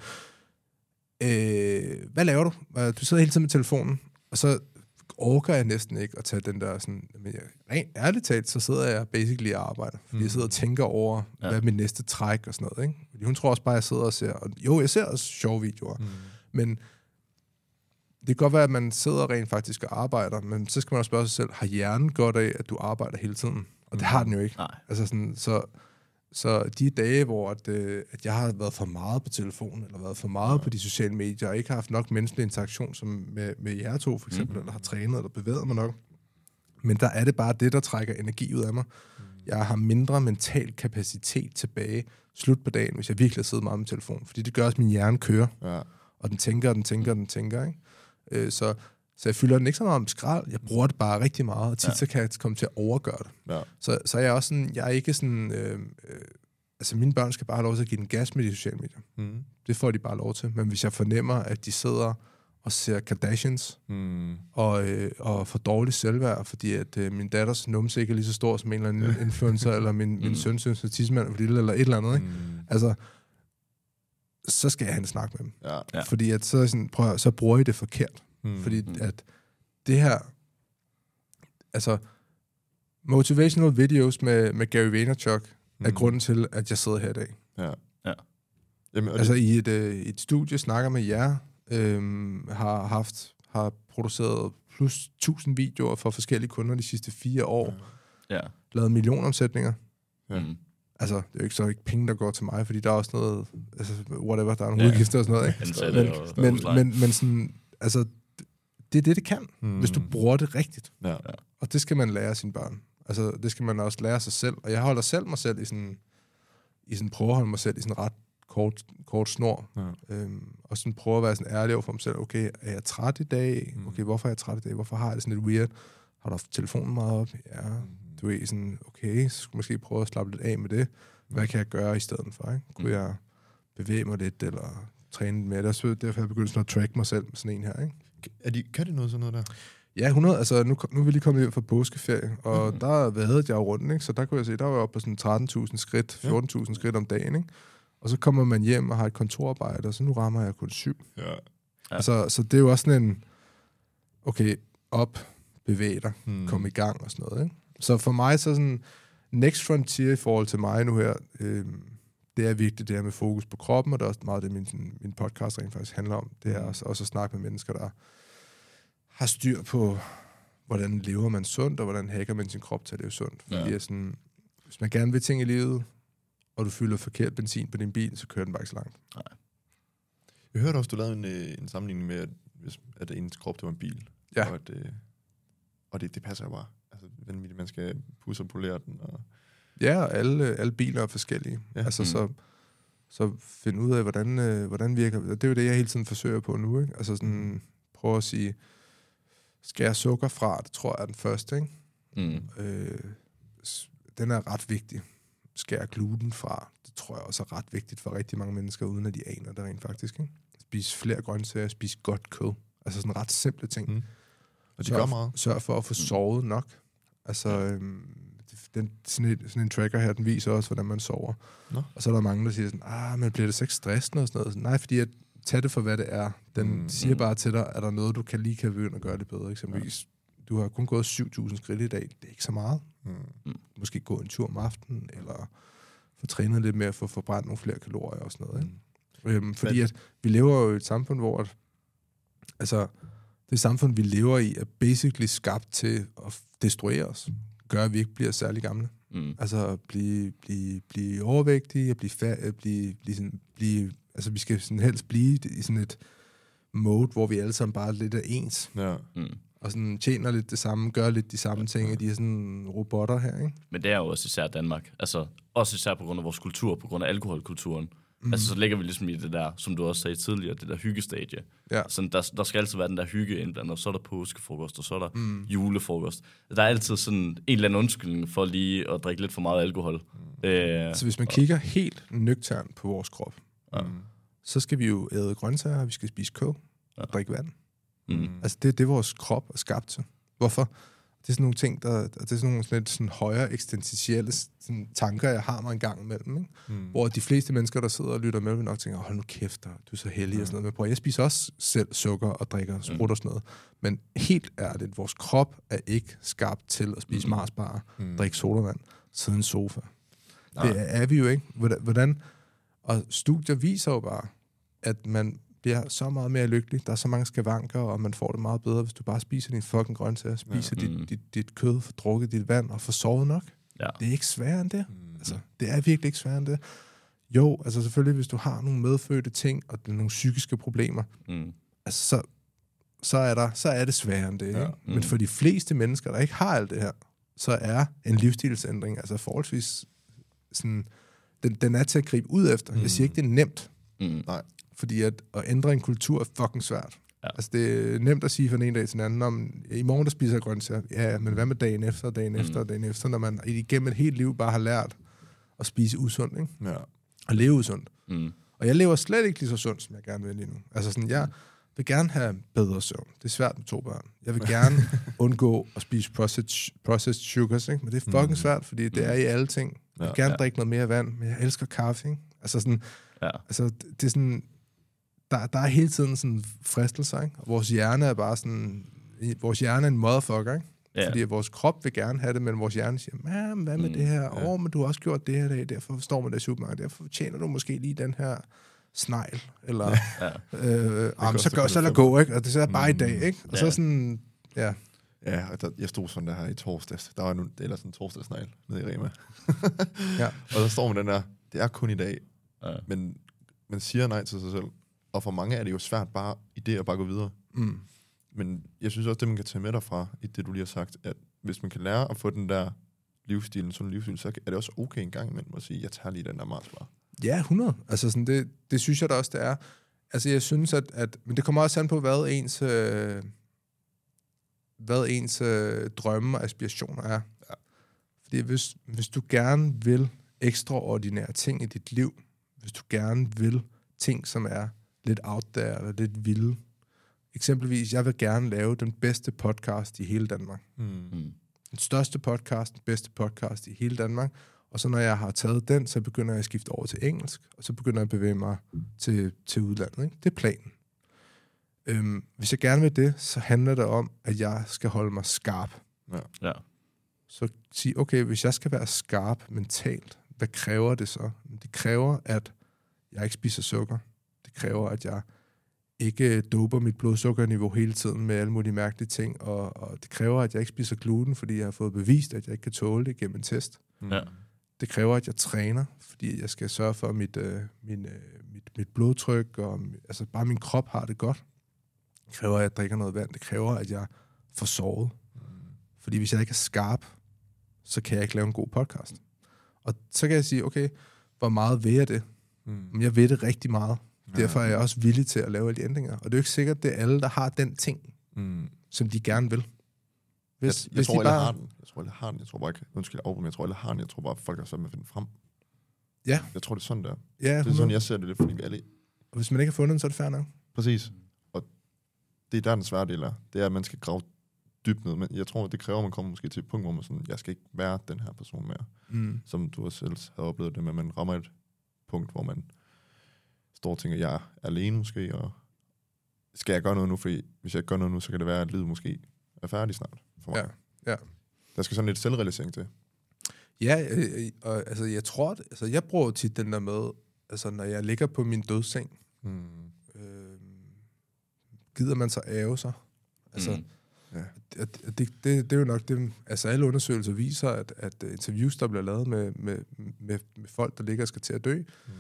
øh, hvad laver du? Øh, Du sidder hele tiden med telefonen, og så orker jeg næsten ikke at tage den der sådan, men jeg, rent ærligt talt, så sidder jeg basically og arbejder, fordi Mm. jeg sidder og tænker over, Ja. hvad er mit næste træk og sådan noget, ikke? Fordi hun tror også bare, at jeg sidder og ser, og jo, jeg ser også sjove videoer, Mm. men det kan godt være, at man sidder rent faktisk og arbejder, men så skal man også spørge sig selv, har hjernen godt af, at du arbejder hele tiden? Og det har den jo ikke. Nej. Altså sådan, så, så de dage, hvor at, øh, at jeg har været for meget på telefonen, eller været for meget ja. på de sociale medier, og ikke har haft nok menneskelig interaktion som med, med jer to, for eksempel, mm. eller har trænet eller bevæget mig nok, men der er det bare det, der trækker energi ud af mig. Mm. Jeg har mindre mental kapacitet tilbage slut på dagen, hvis jeg virkelig har siddet meget med telefonen, fordi det gør også, at min hjerne kører. Ja. Og den tænker, og den tænker, og den tænker, ikke? Øh, så, så jeg fylder den ikke så meget om skrald. Jeg bruger det bare rigtig meget, og tit Ja. så kan jeg komme til at overgøre det. Ja. Så, så jeg er også sådan, jeg er ikke sådan, øh, øh, altså mine børn skal bare have lov til at give den gas med de sociale medier. Mm. Det får de bare lov til. Men hvis jeg fornemmer, at de sidder og ser Kardashians, Mm. og, øh, og får dårligt selvværd, fordi at øh, min datters numse ikke er lige så stor som en eller anden influencer, eller min, min Mm. søn synes, at tidsmand er for lille, eller et eller andet, ikke? Mm. Altså, så skal jeg have en snak med dem. Ja. Ja. Fordi at så, er sådan, prøv at, høre, så bruger I det forkert. Mm. Fordi Mm. at det her, altså motivational videos med, med Gary Vaynerchuk mm. er grunden til, at jeg sidder her i dag. Ja. Ja. Jamen, og Altså det, i et, øh, et studie, snakker med jer, øhm, har haft, har produceret plus tusind videoer for forskellige kunder de sidste fire år, Ja. lavet millionomsætninger. Ja. Mm. Altså, det er jo ikke så ikke penge, der går til mig, fordi der er også noget, altså, whatever, der er nogle Ja. udgifter og sådan noget, ikke? Ansatte Men, og men, husleje. men, men sådan, altså, det er det, det kan, Mm. hvis du bruger det rigtigt. Ja. Og det skal man lære sine børn. Altså, det skal man også lære sig selv. Og jeg holder selv mig selv i sådan, i sådan prøver at holde mig selv i sådan ret kort, kort snor. Ja. Øhm, og sådan prøve at være sådan ærlig over for mig selv. Okay, er jeg træt i dag? Mm. Okay, hvorfor er jeg træt i dag? Hvorfor har jeg det sådan lidt weird? Har du haft telefonen meget op? Ja. Mm. Du er sådan, okay, så skulle jeg måske prøve at slappe lidt af med det. Hvad kan jeg gøre i stedet for? Ikke? Kunne jeg bevæge mig lidt, eller træne lidt mere? Så derfor har jeg begyndt sådan at track mig selv med sådan en her. Ikke? Er de, kan det noget sådan noget der? Ja, hundrede. Altså, nu, nu er vi lige kommet hjem fra påskeferie, og Mhm. der vadede jeg jo rundt, ikke? Så der kunne jeg se, der var jeg oppe på sådan tretten tusind skridt, fjorten tusind skridt om dagen, ikke? Og så kommer man hjem og har et kontorarbejde, og så nu rammer jeg kun syv. Ja. Ja. Altså, så det er jo også sådan en, okay, op, bevæg dig, Mm. kom i gang og sådan noget, ikke? Så for mig så sådan, next frontier i forhold til mig nu her, øh, det er vigtigt, det her med fokus på kroppen, og det er også meget det, min, sådan, min podcast rent faktisk handler om. Det er også, også at snakke med mennesker, der har styr på, hvordan lever man sundt, og hvordan hacker man sin krop til at leve sundt. Fordi Ja. ja. sådan, hvis man gerne vil ting i livet, og du fylder forkert benzin på din bil, så kører den bare ikke så langt. Jeg hørte også, du lavede en, øh, en sammenligning med, at, hvis, at ens krop det var en bil. Ja. Og, at, øh, og det, det passer jo bare. Altså, vanvittigt, man skal pusse og polere den. Og... Ja, og alle, alle biler er forskellige. Ja. Ja. Altså, Mm. så, så find ud af, hvordan, øh, hvordan virker det. Det er jo det, jeg hele tiden forsøger på nu. Ikke? Altså sådan, prøve at sige, skal jeg sukker fra? Det tror jeg er den første, ikke? Mm. Øh, s- den er ret vigtig. Skal jeg gluten fra? Det tror jeg også er ret vigtigt for rigtig mange mennesker, uden at de aner det rent faktisk. Ikke? Spis flere grøntsager, spis godt kød. Altså sådan ret simple ting. Mm. Og de Sørg- gør meget. Sørg for at få sovet nok. Altså, øhm, den, sådan, en, sådan en tracker her, den viser også, hvordan man sover. Nå. Og så er der mange, der siger sådan, ah, men bliver det så ikke stressende og sådan noget? Nej, fordi at tag det for, hvad det er. Den Mm, mm, siger mm. bare til dig, er der noget, du kan lige kan begynde at gøre det bedre. Eksempelvis, ja. Du har kun gået syv tusind skridt i dag. Det er ikke så meget. Mm. Måske gå en tur om aftenen, eller få trænet lidt mere for at få brændt nogle flere kalorier og sådan noget. Ikke? Mm. Øhm, fordi Men- at vi lever jo i et samfund, hvor at, altså, det samfund, vi lever i, er basically skabt til at destruere os. Gør, at vi ikke bliver særlig gamle. Mm. Altså at blive, blive, blive overvægtige, at blive, fa- at blive, blive, sådan, blive altså vi skal sådan helst blive i sådan et mode, hvor vi alle sammen bare lidt er ens, Ja. Mm. og sådan tjener lidt det samme, gør lidt de samme ting, at de er sådan robotter her, ikke? Men det er jo også især Danmark. Altså, også især på grund af vores kultur, på grund af alkoholkulturen. Mm. Altså, så ligger vi ligesom i det der, som du også sagde tidligere, det der hyggestadie. Ja. Sådan, der, der skal altid være den der hygge indblandet, og så er der påskefrokost, og så er der mm. julefrokost. Der er altid sådan en eller anden undskyldning for lige at drikke lidt for meget alkohol. Mm. Øh, Så hvis man kigger helt nøgternt på vores krop, Ja. Mm. så skal vi jo æde grøntsager, vi skal spise kød og Ja. drikke vand. mm. Altså det er det, vores krop er skabt til. Hvorfor? Det er sådan nogle ting, der, det er sådan nogle sådan lidt sådan højere eksistentielle sådan tanker, jeg har mig en gang imellem, ikke? Mm. Hvor de fleste mennesker, der sidder og lytter med, vil nok tænke, hold nu kæft, du er så heldig og sådan noget. Men prøv, jeg spiser også selv sukker og drikker sprut og sådan noget. Men helt ærligt, vores krop er ikke skabt til at spise Mm. Marsbarer, Mm. drikke sodavand, sidde i en sofa. Nej. Det er, er vi jo ikke. Hvordan, hvordan, og studier viser jo bare, at man bliver så meget mere lykkelig. Der er så mange skavanker, og man får det meget bedre, hvis du bare spiser din fucking grøntsager, spiser Ja. dit, Mm. dit, dit kød, får drukket dit vand og får sovet nok. Ja. Det er ikke sværere end det. Mm. Altså, det er virkelig ikke sværere end det. Jo, altså selvfølgelig, hvis du har nogle medfødte ting, og nogle psykiske problemer, Mm. altså, så, så, er der, så er det sværere end det. Ja. Ja. Mm. Men for de fleste mennesker, der ikke har alt det her, så er en livsstilsændring altså forholdsvis sådan, den, den er til at gribe ud efter. Mm. Jeg siger ikke, det er nemt, Mm. fordi at, at ændre en kultur er fucking svært. Ja. Altså, det er nemt at sige fra den ene dag til den anden, om i morgen der spiser jeg grøntsager. Ja, men hvad med dagen efter, dagen efter, Mm. dagen efter, når man igennem et helt liv bare har lært at spise usundt, ikke? Ja. Og leve usundt. Mm. Og jeg lever slet ikke lige så sundt, som jeg gerne vil lige nu. Altså sådan, jeg vil gerne have bedre søvn. Det er svært med to børn. Jeg vil gerne undgå at spise processed, processed sugars, ikke? Men det er fucking Mm. svært, fordi det er i alle ting. Jeg vil Ja, gerne ja. drikke noget mere vand, men jeg elsker kaffe, ikke? Altså sådan, Ja. altså det, det er sådan, der, der er hele tiden sådan fristelser, ikke? Og vores hjerne er bare sådan, vores hjerne er en motherfucker, ikke? Ja. Fordi at vores krop vil gerne have det, men vores hjerne siger, "Man, hvad med Mm, det her? Åh, ja. oh, men du har også gjort det her dag, derfor står man der i supermarkedet, derfor tjener du måske lige den her snegl, eller, Ja. øh, ah, men så koster gør kun så lad fem. gå, ikke? Og det er bare i Mm. dag, ikke? Og så Ja. sådan, ja, Ja, og der, jeg stod sådan der her i torsdags. Der var nu, eller sådan en torsdagsnegl nede i Rema. ja. Og så står man den der, det er kun i dag, Ja. men man siger nej til sig selv. Og for mange er det jo svært bare i det at bare gå videre. Mm. men jeg synes også, det man kan tage med derfra, i det du lige har sagt, at hvis man kan lære at få den der livsstil, en sådan livsstil, så er det også okay en gang imellem at sige, jeg tager lige den der Mars bar. Ja, hundrede. Altså sådan, det, det synes jeg da også, det er. Altså jeg synes, at, at men det kommer også an på, hvad ens, øh, hvad ens øh, drømme og aspirationer er. Ja. Fordi hvis, hvis du gerne vil ekstraordinære ting i dit liv, hvis du gerne vil ting, som er lidt out there, eller lidt vilde. Eksempelvis, jeg vil gerne lave den bedste podcast i hele Danmark. Mm. Den største podcast, den bedste podcast i hele Danmark. Og så når jeg har taget den, så begynder jeg at skifte over til engelsk, og så begynder jeg at bevæge mig til, til udlandet. Ikke? Det er planen. Øhm, hvis jeg gerne vil det, så handler det om, at jeg skal holde mig skarp. Ja. Ja. Så sige, okay, hvis jeg skal være skarp mentalt, hvad kræver det så? Det kræver, at jeg ikke spiser sukker. Det kræver, at jeg ikke doper mit blodsukkerniveau hele tiden med alle mulige mærkelige ting, og, og det kræver, at jeg ikke spiser gluten, fordi jeg har fået bevist, at jeg ikke kan tåle det gennem en test. Mm. Ja. Det kræver, at jeg træner, fordi jeg skal sørge for, at mit, øh, min, øh, mit, mit blodtryk og altså bare min krop har det godt. Det kræver, at jeg drikker noget vand. Det kræver, at jeg får sovet. Mm. Fordi hvis jeg ikke er skarp, så kan jeg ikke lave en god podcast. Og så kan jeg sige, okay, hvor meget vil jeg det? Mm. Men jeg ved det rigtig meget. Ja. Derfor er jeg også villig til at lave alle de ændringer. Og det er jo ikke sikkert, at det er alle, der har den ting, Mm. som de gerne vil. Hvis, jeg, jeg hvis tror, de alle bare... har den. Jeg tror, alle har den. Jeg tror bare ikke, undskyld, jeg, jeg tror, alle har den. Jeg tror bare, folk har svært med at finde den frem. Ja. Jeg tror, det er sådan, der. Ja, Det er sådan, jeg ser det lidt, fordi vi alle... Og hvis man ikke har fundet den, så er det fair nok. Præcis. Og det er der, den svære del er. Det er, at man skal grave dybt ned. Men jeg tror, det kræver, at man kommer måske til et punkt, hvor man sådan, jeg skal ikke være den her person mere. Mm. Som du også selv har oplevet det med, at man rammer et punkt, hvor man står og tænker, jeg er alene måske, og skal jeg gøre noget nu? Fordi hvis jeg ikke gør noget nu, så kan det være, at livet måske er færdigt snart for mig. Ja, ja. Der skal sådan lidt selvrealisering til. Ja, øh, og altså, jeg tror, det, altså, jeg bruger tit den der med, altså, når jeg ligger på min dødsseng, Mm. øh, gider man så æve sig? Altså, Mm. Ja. det, det, det, det er jo nok det, altså alle undersøgelser viser, at, at interviews, der bliver lavet med, med, med, med folk, der ligger og skal til at dø, Mm.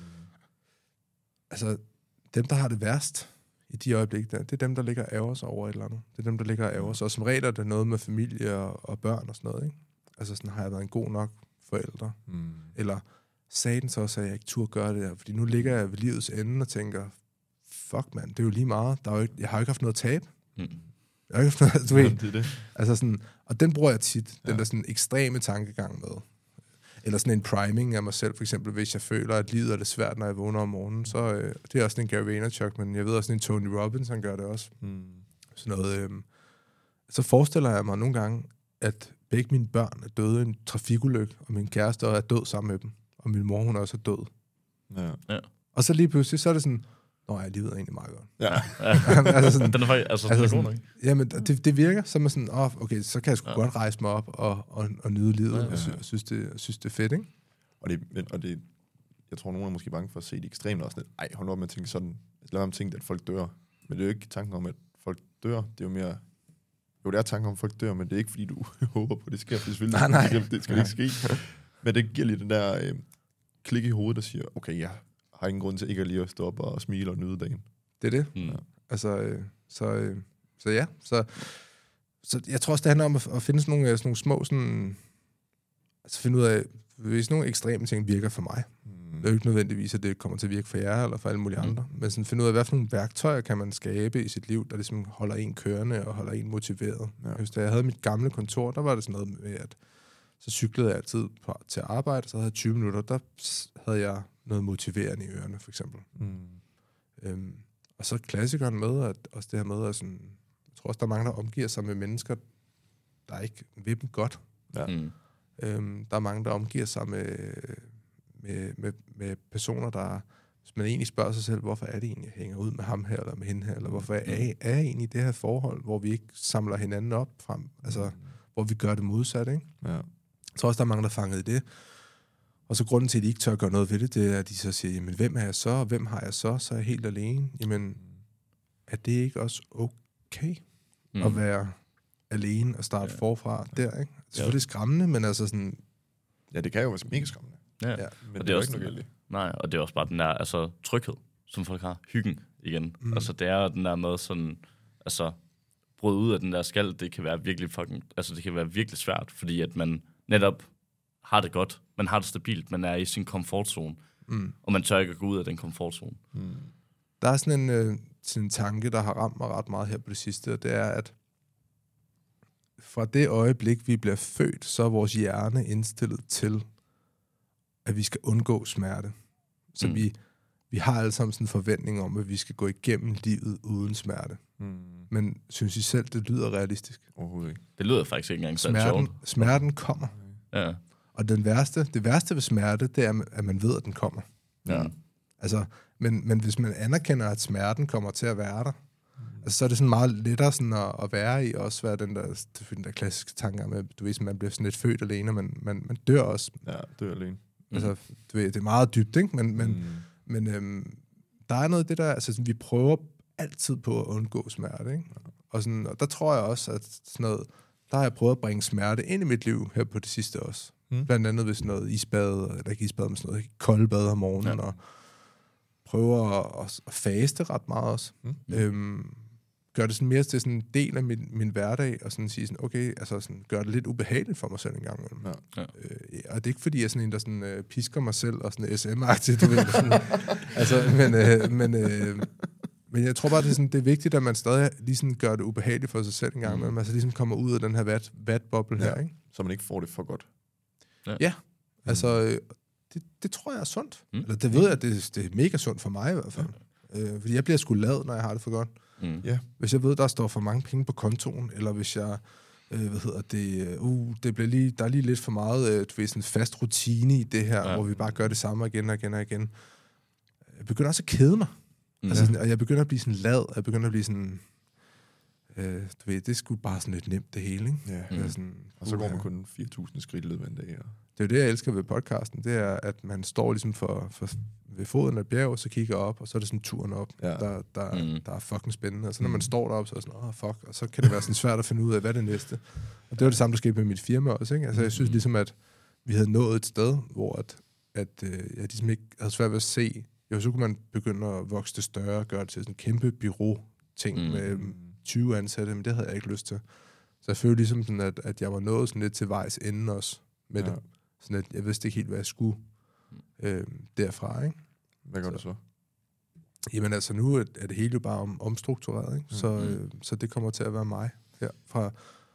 altså, dem, der har det værst i de øjeblikke der, det er dem, der ligger og ærger sig over et eller andet. Det er dem, der ligger og ærger sig. Og som regel er det noget med familie og, og børn og sådan noget, ikke? Altså sådan, har jeg været en god nok forældre? Mm. Eller sagde den så også, at jeg ikke turde gøre det her? Fordi nu ligger jeg ved livets ende og tænker, fuck mand, det er jo lige meget. Der er jo ikke, jeg har jo ikke haft noget tab. Mm. Jeg har ikke haft noget, du ved. Ja, det er det. Altså sådan, og den bruger jeg tit, Ja. den der sådan ekstreme tankegang med. Eller sådan en priming af mig selv, for eksempel, hvis jeg føler, at livet er lidt svært, når jeg vågner om morgenen, så øh, det er også en Gary Vaynerchuk, men jeg ved også, en Tony Robbins, han gør det også. Mm. Sådan noget, øh, så forestiller jeg mig nogle gange, at begge mine børn er døde i en trafikulykke, og min kæreste er død sammen med dem, og min mor, hun er også død. Ja. Og så lige pludselig, så er det sådan, nå ja, livet er egentlig meget godt. Ja. altså sådan, Den er faktisk, altså, altså den er god sådan, nok. jamen, det, det virker, så er man sådan, oh, okay, så kan jeg sgu Ja. godt rejse mig op og, og, og nyde livet, Ja, ja, ja. og, sy- og synes, det, synes, det er fedt, ikke? Og det, men- og det, jeg tror, nogen er måske bange for at se det ekstremt også. Ej, hold nu op med at tænke sådan. Lad være med at tænke, at folk dør. Men det er jo ikke tanken om, at folk dør. Det er jo mere... Jo, det er tanken om, at folk dør, men det er ikke, fordi du håber på, at det sker. For selvfølgelig, Nej, nej. Det, det skal ikke ske. Men det giver lige den der øh, klik i hovedet, der siger, okay, jeg har ingen grund til ikke at lige at stå op og smile og nyde dagen. Det er det. Mm. Altså, øh, så, øh, så ja. Så, så jeg tror også, det handler om at, at finde sådan nogle, sådan nogle små, sådan, altså finde ud af, hvis nogle ekstreme ting virker for mig. Mm. Det er jo ikke nødvendigvis, at det kommer til at virke for jer, eller for alle mulige Mm. andre. Men sådan finde ud af, hvad for nogle værktøjer kan man skabe i sit liv, der ligesom holder en kørende og holder en motiveret. Ja. Ja. Da jeg havde mit gamle kontor, der var det sådan noget med, at så cyklede jeg altid på, til arbejde, så havde jeg tyve minutter, der s- havde jeg noget motiverende i ørerne, for eksempel. Mm. Øhm, og så klassikeren med, at også det her med, at sådan, jeg tror også, der er mange, der omgiver sig med mennesker, der ikke vil dem godt. Ja. Mm. Øhm, der er mange, der omgiver sig med, med, med, med personer, der, hvis man egentlig spørger sig selv, hvorfor er det egentlig, jeg hænger ud med ham her, eller med hende her, eller hvorfor er jeg, er jeg egentlig i det her forhold, hvor vi ikke samler hinanden op frem, altså, hvor vi gør det modsat, ikke? Ja. Jeg tror også, der er mange, der er fanget i det. Og så grunden til, at de ikke tør gøre noget ved det, det er, at de så siger, jamen, hvem er jeg så, og hvem har jeg så, så er jeg helt alene. Jamen, er det ikke også okay Mm. at være alene og starte Ja. forfra der, ikke? Selvfølgelig skræmmende, men altså sådan... Ja, det kan jo være mega skræmmende. Ja. Ja. ja. Men Og det er jo også ikke noget den- galt i. Nej, og det er også bare den der altså, tryghed, som folk har. Hyggen igen. Mm. Mm. Altså, det er jo den der med sådan, altså, bryde ud af den der skal, det kan være virkelig fucking, altså det kan være virkelig svært, fordi at man netop har det godt, man har det stabilt, man er i sin komfortzone, mm. og man tør ikke at gå ud af den komfortzone. Mm. Der er sådan en, øh, sådan en tanke, der har ramt mig ret meget her på det sidste, og det er, at fra det øjeblik, vi bliver født, så er vores hjerne indstillet til, at vi skal undgå smerte. Så mm. vi, vi har alle sammen sådan en forventning om, at vi skal gå igennem livet uden smerte. Mm. Men synes I selv, det lyder realistisk? Overhovedet ikke. Det lyder faktisk ikke engang så smerten, sjovt. Smerten kommer. Ja. Og den værste, det værste ved smerte, det er, at man ved, at den kommer. Ja. Altså, men, men hvis man anerkender, at smerten kommer til at være der, mm. altså, så er det sådan meget lettere sådan at, at være i, også være den der, den der klassiske tanke med, du ved, man bliver sådan lidt født alene, men man, man dør også. Ja, dør alene. Altså, du ved, det er meget dybt, ikke? Men, men, mm. men øhm, der er noget af det der, altså sådan, vi prøver altid på at undgå smerte, ikke? Og, sådan, og der tror jeg også, at sådan noget, der har jeg prøvet at bringe smerte ind i mit liv her på det sidste også. Mm. Blandt andet ved sådan noget isbad, eller ikke isbad, men sådan noget koldbad om morgenen, ja. Og prøver at, at faste ret meget også. Mm. Øhm, gør det sådan mere til sådan en del af min, min hverdag, og sådan sige sådan, okay, altså sådan, gør det lidt ubehageligt for mig selv en gang imellem. Ja. Ja. Øh, og det er ikke fordi, jeg er sådan en, der sådan, øh, pisker mig selv, og sådan S M-agtigt, du ved. Sådan, altså, men, øh, men, øh, men jeg tror bare, det er, sådan, det er vigtigt, at man stadig lige sådan gør det ubehageligt for sig selv en gang imellem, mm. altså ligesom kommer ud af den her vat, vatboble ja. Her, ikke? Så man ikke får det for godt. Ja, ja. Mm. altså, øh, det, det tror jeg er sundt. Mm. Eller det ved jeg, det, det er mega sundt for mig i hvert fald. Ja. Øh, fordi jeg bliver sgu lad, når jeg har det for godt. Mm. Yeah. Hvis jeg ved, der står for mange penge på kontoen, eller hvis jeg, øh, hvad hedder det, uh, det bliver lige, der er lige lidt for meget, øh, du ved, sådan fast rutine i det her, ja. Hvor vi bare gør det samme igen og igen og igen. Jeg begynder også at kede mig. Mm. Altså, sådan, og jeg begynder at blive sådan lad, og jeg begynder at blive sådan, øh, du ved, det er sgu bare sådan lidt nemt det hele, ikke? Ja. Mm. Sådan, og så går man kun fire tusind skridt i løbet af en dag. Og... Det er jo det, jeg elsker ved podcasten, det er, at man står ligesom for, for ved foden af bjerg, og så kigger op, og så er det sådan turen op, ja. der, der, mm. der er fucking spændende. Og så når man står deroppe, så er det sådan, åh, oh, fuck, og så kan det være sådan svært at finde ud af, hvad er det næste. Og det var det samme, der skete med mit firma også, ikke? Altså, jeg synes ligesom, at vi havde nået et sted, hvor at, at øh, jeg ligesom ikke havde svært ved at se, jo, så kunne man begynde at vokse det større, gøre det til sådan en kæmpe bureau-ting mm. med tyve ansatte, men det havde jeg ikke lyst til. Så jeg følte ligesom sådan, at, at jeg var nået sådan lidt til vejs ende også med ja. Det. Sådan at jeg vidste ikke helt, hvad jeg skulle øh, derfra, ikke? Hvad gør så. Du så? Jamen altså, nu er det hele jo bare om, omstruktureret, ikke? Mm. Så, øh, så det kommer til at være mig her fra,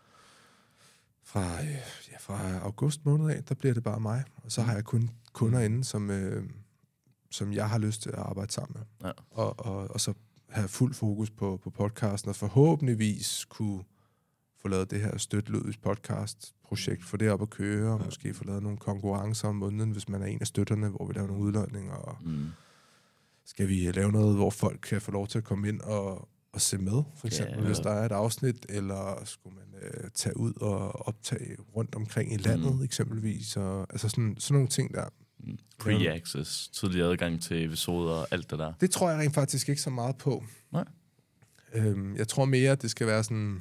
fra, øh, ja, fra august måned af, der bliver det bare mig. Og så har jeg kun kunder inde, som, øh, som jeg har lyst til at arbejde sammen med. Ja. Og, og, og så have fuld fokus på, på podcasten, og forhåbentligvis kunne få lavet det her Støtlødets podcast-projekt, få det op at køre, og ja. Måske få lavet nogle konkurrencer om måneden, hvis man er en af støtterne, hvor vi laver nogle udlodninger, og mm. skal vi lave noget, hvor folk kan få lov til at komme ind og, og se med, for eksempel, ja, ja. Hvis der er et afsnit, eller skulle man øh, tage ud og optage rundt omkring i landet, mm. eksempelvis, og altså sådan, sådan nogle ting der. Mm. Pre-access, tidlig adgang til episoder og alt det der. Det tror jeg rent faktisk ikke så meget på. Nej. Øhm, jeg tror mere, at det skal være sådan...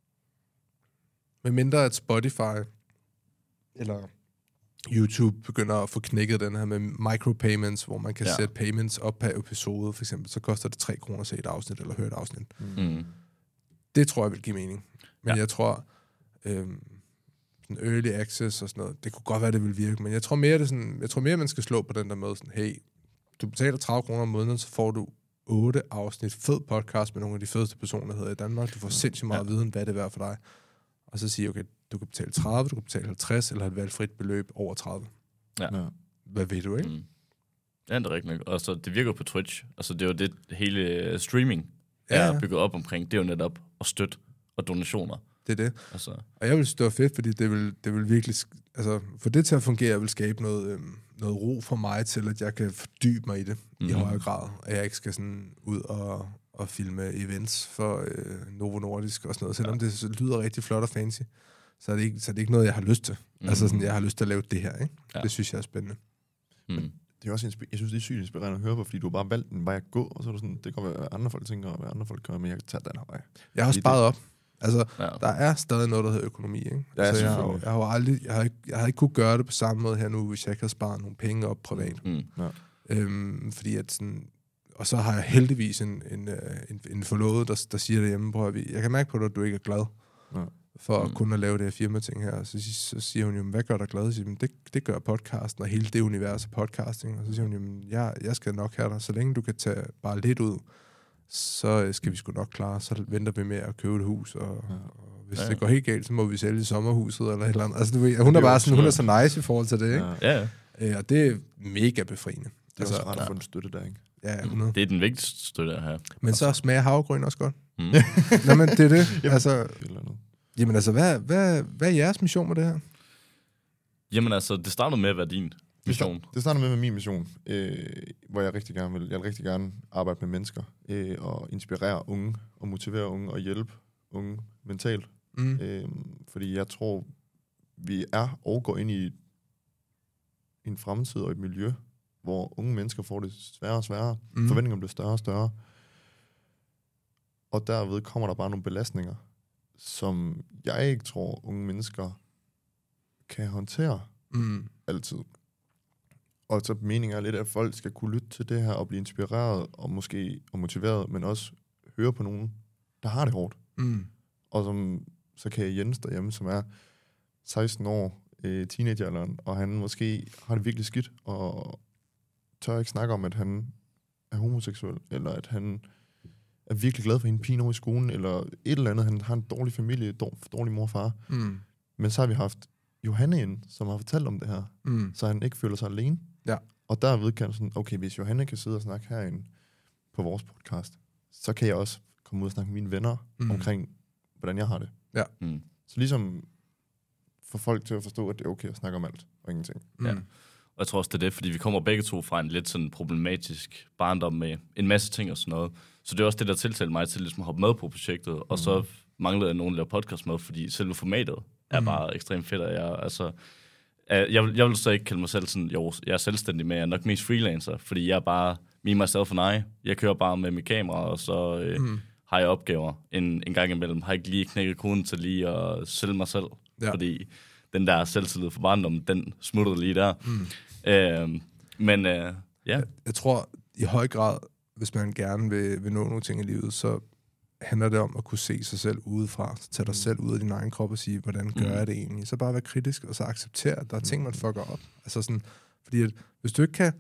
Med mindre at Spotify eller YouTube begynder at få knækket den her med micropayments, hvor man kan ja. Sætte payments op per episode, for eksempel, så koster det tre kroner at se et afsnit eller høre et afsnit. Mm. Det tror jeg vil give mening. Men ja. Jeg tror, øhm, sådan early access og sådan noget, det kunne godt være, det vil virke, men jeg tror mere, det sådan, jeg tror mere, man skal slå på den der måde, sådan, hey, du betaler tredive kroner om måneden, så får du otte afsnit fed podcast med nogle af de fedeste personligheder i Danmark. Du får sindssygt meget ja. Viden, hvad det er værd for dig. Og så sige, okay, du kan betale tredive, du kan betale halvtreds, eller et valgfrit beløb over tredive. Ja. Hvad ved du, ikke? Mm. Ja, det er rigtigt. Og så det virker på Twitch. Altså, det er jo det hele streaming ja. Er bygget op omkring. Det er jo netop at støtte og donationer. Det er det. Altså. Og jeg vil synes, det var fedt, fordi det vil, det vil virkelig... Altså, for det til at fungere, vil skabe noget, øhm, noget ro for mig til, at jeg kan fordybe mig i det mm-hmm. i højere grad. At jeg ikke skal sådan ud og... og filme events for øh, Novo Nordisk og sådan noget. Selvom ja. Det lyder rigtig flot og fancy, så er det ikke, så er det ikke noget, jeg har lyst til. Mm. Altså sådan, jeg har lyst til at lave det her, ikke? Ja. Det synes jeg er spændende. Mm. Men det er også inspi- jeg synes, det er sygt inspirerende at høre på, fordi du har bare valgt en vej at gå, og så er det sådan, det kan være, hvad andre folk tænker, og hvad andre folk gør, men jeg kan tage den her vej. Jeg har sparet op. Altså, ja. Der er stadig noget, der hedder økonomi, ikke? Ja, altså, jeg, har, jeg har aldrig, jeg har, ikke, jeg har ikke kunne gøre det på samme måde her nu, hvis jeg ikke havde sparet nogle penge op privat. Mm. Ja. Øhm, fordi at sådan, og så har jeg heldigvis en, en, en, en forlovet, der, der siger derhjemme, prøv at vi, jeg kan mærke på dig, at du ikke er glad ja. for mm. kun at lave det her firma-ting her. Så, så siger hun jo, hvad gør dig glad? Så siger hun, det, det gør podcasten og hele det univers af podcasting. Og så siger hun jo, jeg, jeg skal nok have dig, så længe du kan tage bare lidt ud, så skal vi sgu nok klare. Så venter vi med at købe et hus, og, ja. og hvis ja, ja. det går helt galt, så må vi sælge sommerhuset eller et eller andet. Altså, du ved, hun er bare sådan, hun er så nice i forhold til det, ikke? Ja, ja. Øh, og det er mega befriende. Det er altså, også ret at få en støtte der, ikke? Ja, hundrede. Det er den vigtigste støtte her. Men så smager havregryn også godt. Mm. Nå, men det er det. Altså, jamen altså, hvad, hvad, hvad er jeres mission med det her? Jamen altså, det startede med at være din mission. Det startede med, med min mission, øh, hvor jeg rigtig gerne vil, jeg vil rigtig gerne arbejde med mennesker, øh, og inspirere unge, og motivere unge, og hjælpe unge mentalt. Mm. Øh, fordi jeg tror, vi er og går ind i en fremtid og et miljø, hvor unge mennesker får det sværere og sværere. Mm. Forventningerne bliver større og større. Og derved kommer der bare nogle belastninger, som jeg ikke tror, unge mennesker kan håndtere mm. altid. Og så meningen er lidt, at folk skal kunne lytte til det her og blive inspireret og måske og motiveret, men også høre på nogen, der har det hårdt. Mm. Og som så kan Jens derhjemme, som er seksten år, øh, teenageralderen, og han måske har det virkelig skidt, og tør ikke snakke om, at han er homoseksuel, eller at han er virkelig glad for hende pigen over i skolen, eller et eller andet. Han har en dårlig familie, dårlig mor og far. Mm. Men så har vi haft Johanne ind, som har fortalt om det her, mm. så han ikke føler sig alene. Ja. Og derved kan sådan, okay, hvis Johanne kan sidde og snakke herinde på vores podcast, så kan jeg også komme ud og snakke med mine venner mm. omkring, hvordan jeg har det. Ja. Mm. Så ligesom få folk til at forstå, at det er okay at snakke om alt og ingenting. Mm. Ja. Og jeg tror også, det er det, fordi vi kommer begge to fra en lidt sådan problematisk barndom med en masse ting og sådan noget. Så det er også det, der tiltalte mig til ligesom at hoppe med på projektet, mm. og så manglede jeg nogen, der laver podcast med, fordi selve formatet er mm. bare ekstremt fedt, og jeg, altså, jeg, vil, jeg vil så ikke kalde mig selv sådan, jo, jeg er selvstændig, men jeg er nok mest freelancer, fordi jeg er bare me, myself and I. Jeg kører bare med mit kamera, og så øh, mm. har jeg opgaver en, en gang imellem. Har ikke lige knækket koden til lige at sælge mig selv, ja. Fordi den der selvtillid for barndom, den smuttede lige der. Mm. Øh, men øh, ja. Jeg, jeg tror i høj grad, hvis man gerne vil, vil nå nogle ting i livet, så handler det om at kunne se sig selv udefra. Så tage dig selv ud af din egen krop og sige, hvordan gør mm. jeg det egentlig? Så bare være kritisk, og så acceptere, at der er ting, man fucker op. Altså sådan, fordi at, hvis du ikke kan,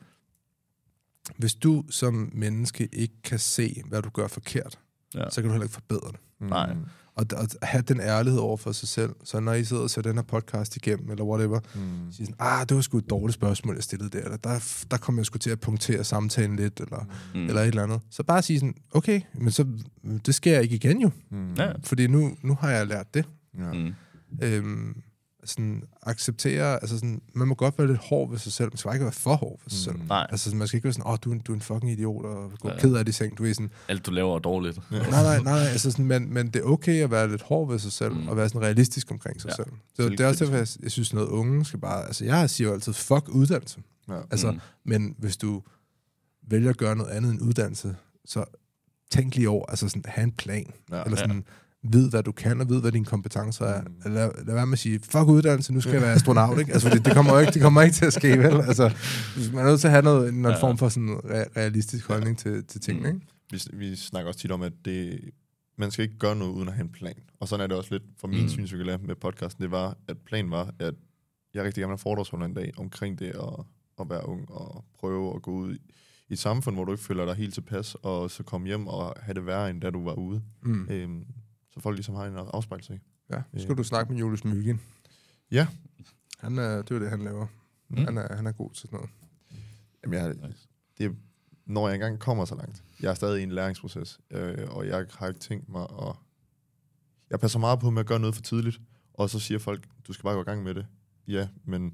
hvis du som menneske ikke kan se, hvad du gør forkert, ja. Så kan du heller ikke forbedre det. Mm. Nej. Og, og have den ærlighed over for sig selv. Så når I sidder og ser den her podcast igennem, eller whatever, mm. siger sådan, ah, det var sgu et dårligt spørgsmål, jeg stillede der, eller der, der kom jeg sgu til at punktere samtalen lidt, eller, mm. eller et eller andet. Så bare sige sådan, okay, men så, det sker jeg ikke igen jo. Mm. Ja. Fordi nu, nu har jeg lært det. Ja. Mm. Øhm, sådan acceptere, altså sådan, man må godt være lidt hård ved sig selv, man skal ikke være for hård ved sig selv. Nej. Altså man skal ikke være sådan, åh, oh, du, du er en fucking idiot, og gå ja. ked af det i seng, du er sådan... Alt du laver er dårligt. nej, nej, nej, altså sådan, men, men det er okay at være lidt hård ved sig selv, mm. og være sådan realistisk omkring sig ja. selv. Så det er også derfor, jeg, jeg synes, noget unge skal bare, altså jeg siger jo altid, fuck uddannelse. Ja. Altså, mm. men hvis du vælger at gøre noget andet end uddannelse, så tænk lige over, altså sådan, have en plan, ja. eller sådan... Ja. Ved, hvad du kan, og ved, hvad dine kompetencer er. Mm. Lad, lad være med at sige, fuck uddannelse, nu skal jeg være astronaut, ikke? Altså, det, det, kommer ikke, det kommer ikke til at ske, vel? Altså, man er nødt til at have noget, en ja. form for sådan re- realistisk holdning ja. til, til tingene, ikke? Vi, vi snakker også tit om, at det, man skal ikke gøre noget uden at have en plan. Og sådan er det også lidt fra min mm. synsvinkel med podcasten. Det var, at planen var, at jeg rigtig gerne vil have foredragsholder en dag omkring det at, at være ung og prøve at gå ud i, i et samfund, hvor du ikke føler dig helt tilpas, og så komme hjem og have det værre, end da du var ude. Mm. Øhm, Så folk ligesom har en afspejlelse i. Ja, så skal øh. du snakke med Julius Myggen. Ja. Han er, det er det, han laver. Mm. Han, er, han er god til sådan noget. Jamen, jeg, det er, når jeg engang kommer så langt. Jeg er stadig i en læringsproces, øh, og jeg har ikke tænkt mig at... Jeg passer meget på med at gøre noget for tidligt, og så siger folk, du skal bare gå i gang med det. Ja, men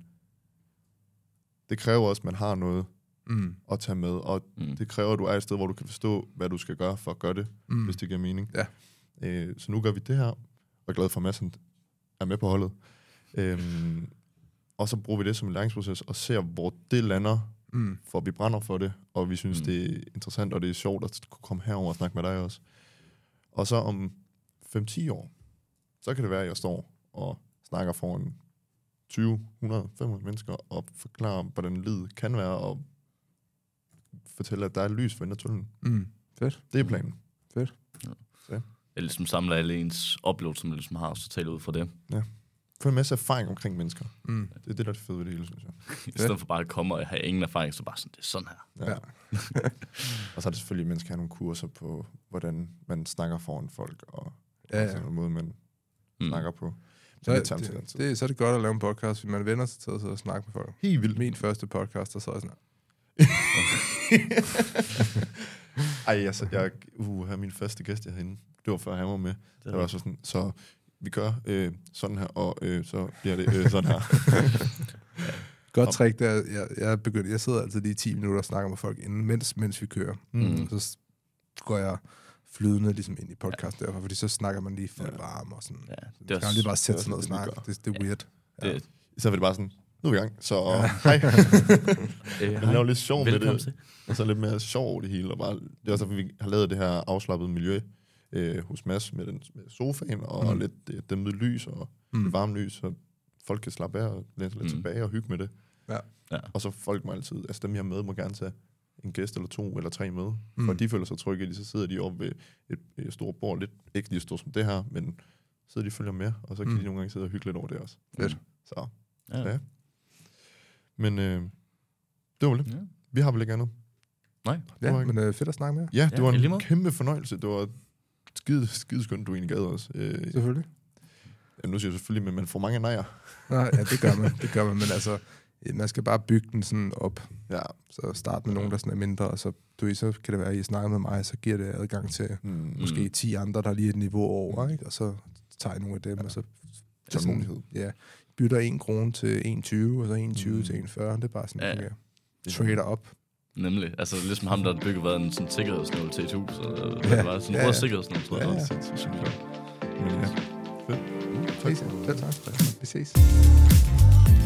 det kræver også, at man har noget mm. at tage med, og mm. det kræver, at du er et sted, hvor du kan forstå, hvad du skal gøre for at gøre det, mm. hvis det giver mening. Ja. Øh, så nu gør vi det her, og jeg er glad for, at Madsen er med på holdet. Øhm, og så bruger vi det som en læringsproces, og ser, hvor det lander, mm. for vi brænder for det, og vi synes, mm. det er interessant, og det er sjovt at kunne komme herover og snakke med dig også. Og så om fem til ti år, så kan det være, at jeg står og snakker foran tyve, hundrede, fem hundrede mennesker, og forklarer, hvordan livet kan være, og fortælle, at der er lys for enden af tunnelen. Mm. Fedt. Det er planen. Fedt. Ja. Jeg ligesom samler alle ens oplevelser, som man ligesom har, så taler ud fra det. Ja. Få en masse erfaring omkring mennesker. Mm. Det er det, der er det fede ved det hele, synes jeg. I stedet for bare at komme og have ingen erfaring, så bare sådan, det er sådan her. Ja. ja. Og så er det selvfølgelig, at mennesker har nogle kurser på, hvordan man snakker foran folk, og ja, ja. sådan en måde, man Mm. snakker på. Så, det, det, det, så er det godt at lave en podcast, hvis man vender sig til at sidde og snakke med folk. Helt vildt. Min første podcast, og så er sådan Ej, jeg, jeg uh, har min første gæst herinde. Det var før han var med. Det var så sådan, så vi gør øh, sådan her, og øh, så bliver det øh, sådan her. Godt trick, der jeg, jeg begynder, jeg sidder altid lige ti minutter og snakker med folk inden, mens, mens vi kører. Mm. Så går jeg flydende ligesom ind i podcast ja. Derfor, fordi så snakker man lige for ja. varm og sådan. Ja, det så kan man lige bare sætte sig ned og snakke. Det, det er weird. Ja. Ja. Det, så er det bare sådan, nu er vi i gang, så ja. hej. øh, man laver lidt sjov med det, til. og så lidt mere sjov over det hele. Og bare, det er også derfor, vi har lavet det her afslappede miljø øh, hos Mads med, den, med sofaen og mm. lidt øh, dæmpet lys og mm. lidt varmt lys, så folk kan slappe af og læne sig lidt mm. tilbage og hygge med det. Ja. Ja. Og så folk må altid, altså dem jeg med, må gerne tage en gæst eller to eller tre med, mm. for de føler sig trygge, så sidder de oppe ved et, et stort bord, lidt ikke lige stort som det her, men sidder de følger med, og så kan mm. de nogle gange sidde og hygge lidt over det også. Fedt. Så, ja. ja. Men øh, det var lidt. Ja. Vi har vel ikke andet? Nej. Ja, men øh, fedt at snakke med. Ja, det ja, var en kæmpe fornøjelse. Det var skide, skide skønt, du egentlig gad os. Øh, selvfølgelig. Ja, nu siger jeg selvfølgelig, men man får mange nejer. Nej, ja, det gør man. Det gør man, men altså, man skal bare bygge den sådan op. Ja. Så start med nogen, der sådan er mindre, og så, du ved, så kan det være, at I snakker med mig, så giver det adgang til mm. måske ti andre, der er lige et niveau over, ikke? Og så tager I nogle af dem, ja. Og så... Tålmodighed. Ja, bytter en krone til en tyve, og så en tyve mm. til en fyrre. Det er bare sådan, ja. Okay. Trader op. Nemlig. Altså, ligesom ham, der har bygget været en sådan sikkerhedsnål til et hus. Så det ja. var sådan en ja, ja. sikkerhedsnål, tror jeg. Ja, ja. Sindssygt. Men ja. Fedt. Fedt. Selv tak. Vi ses.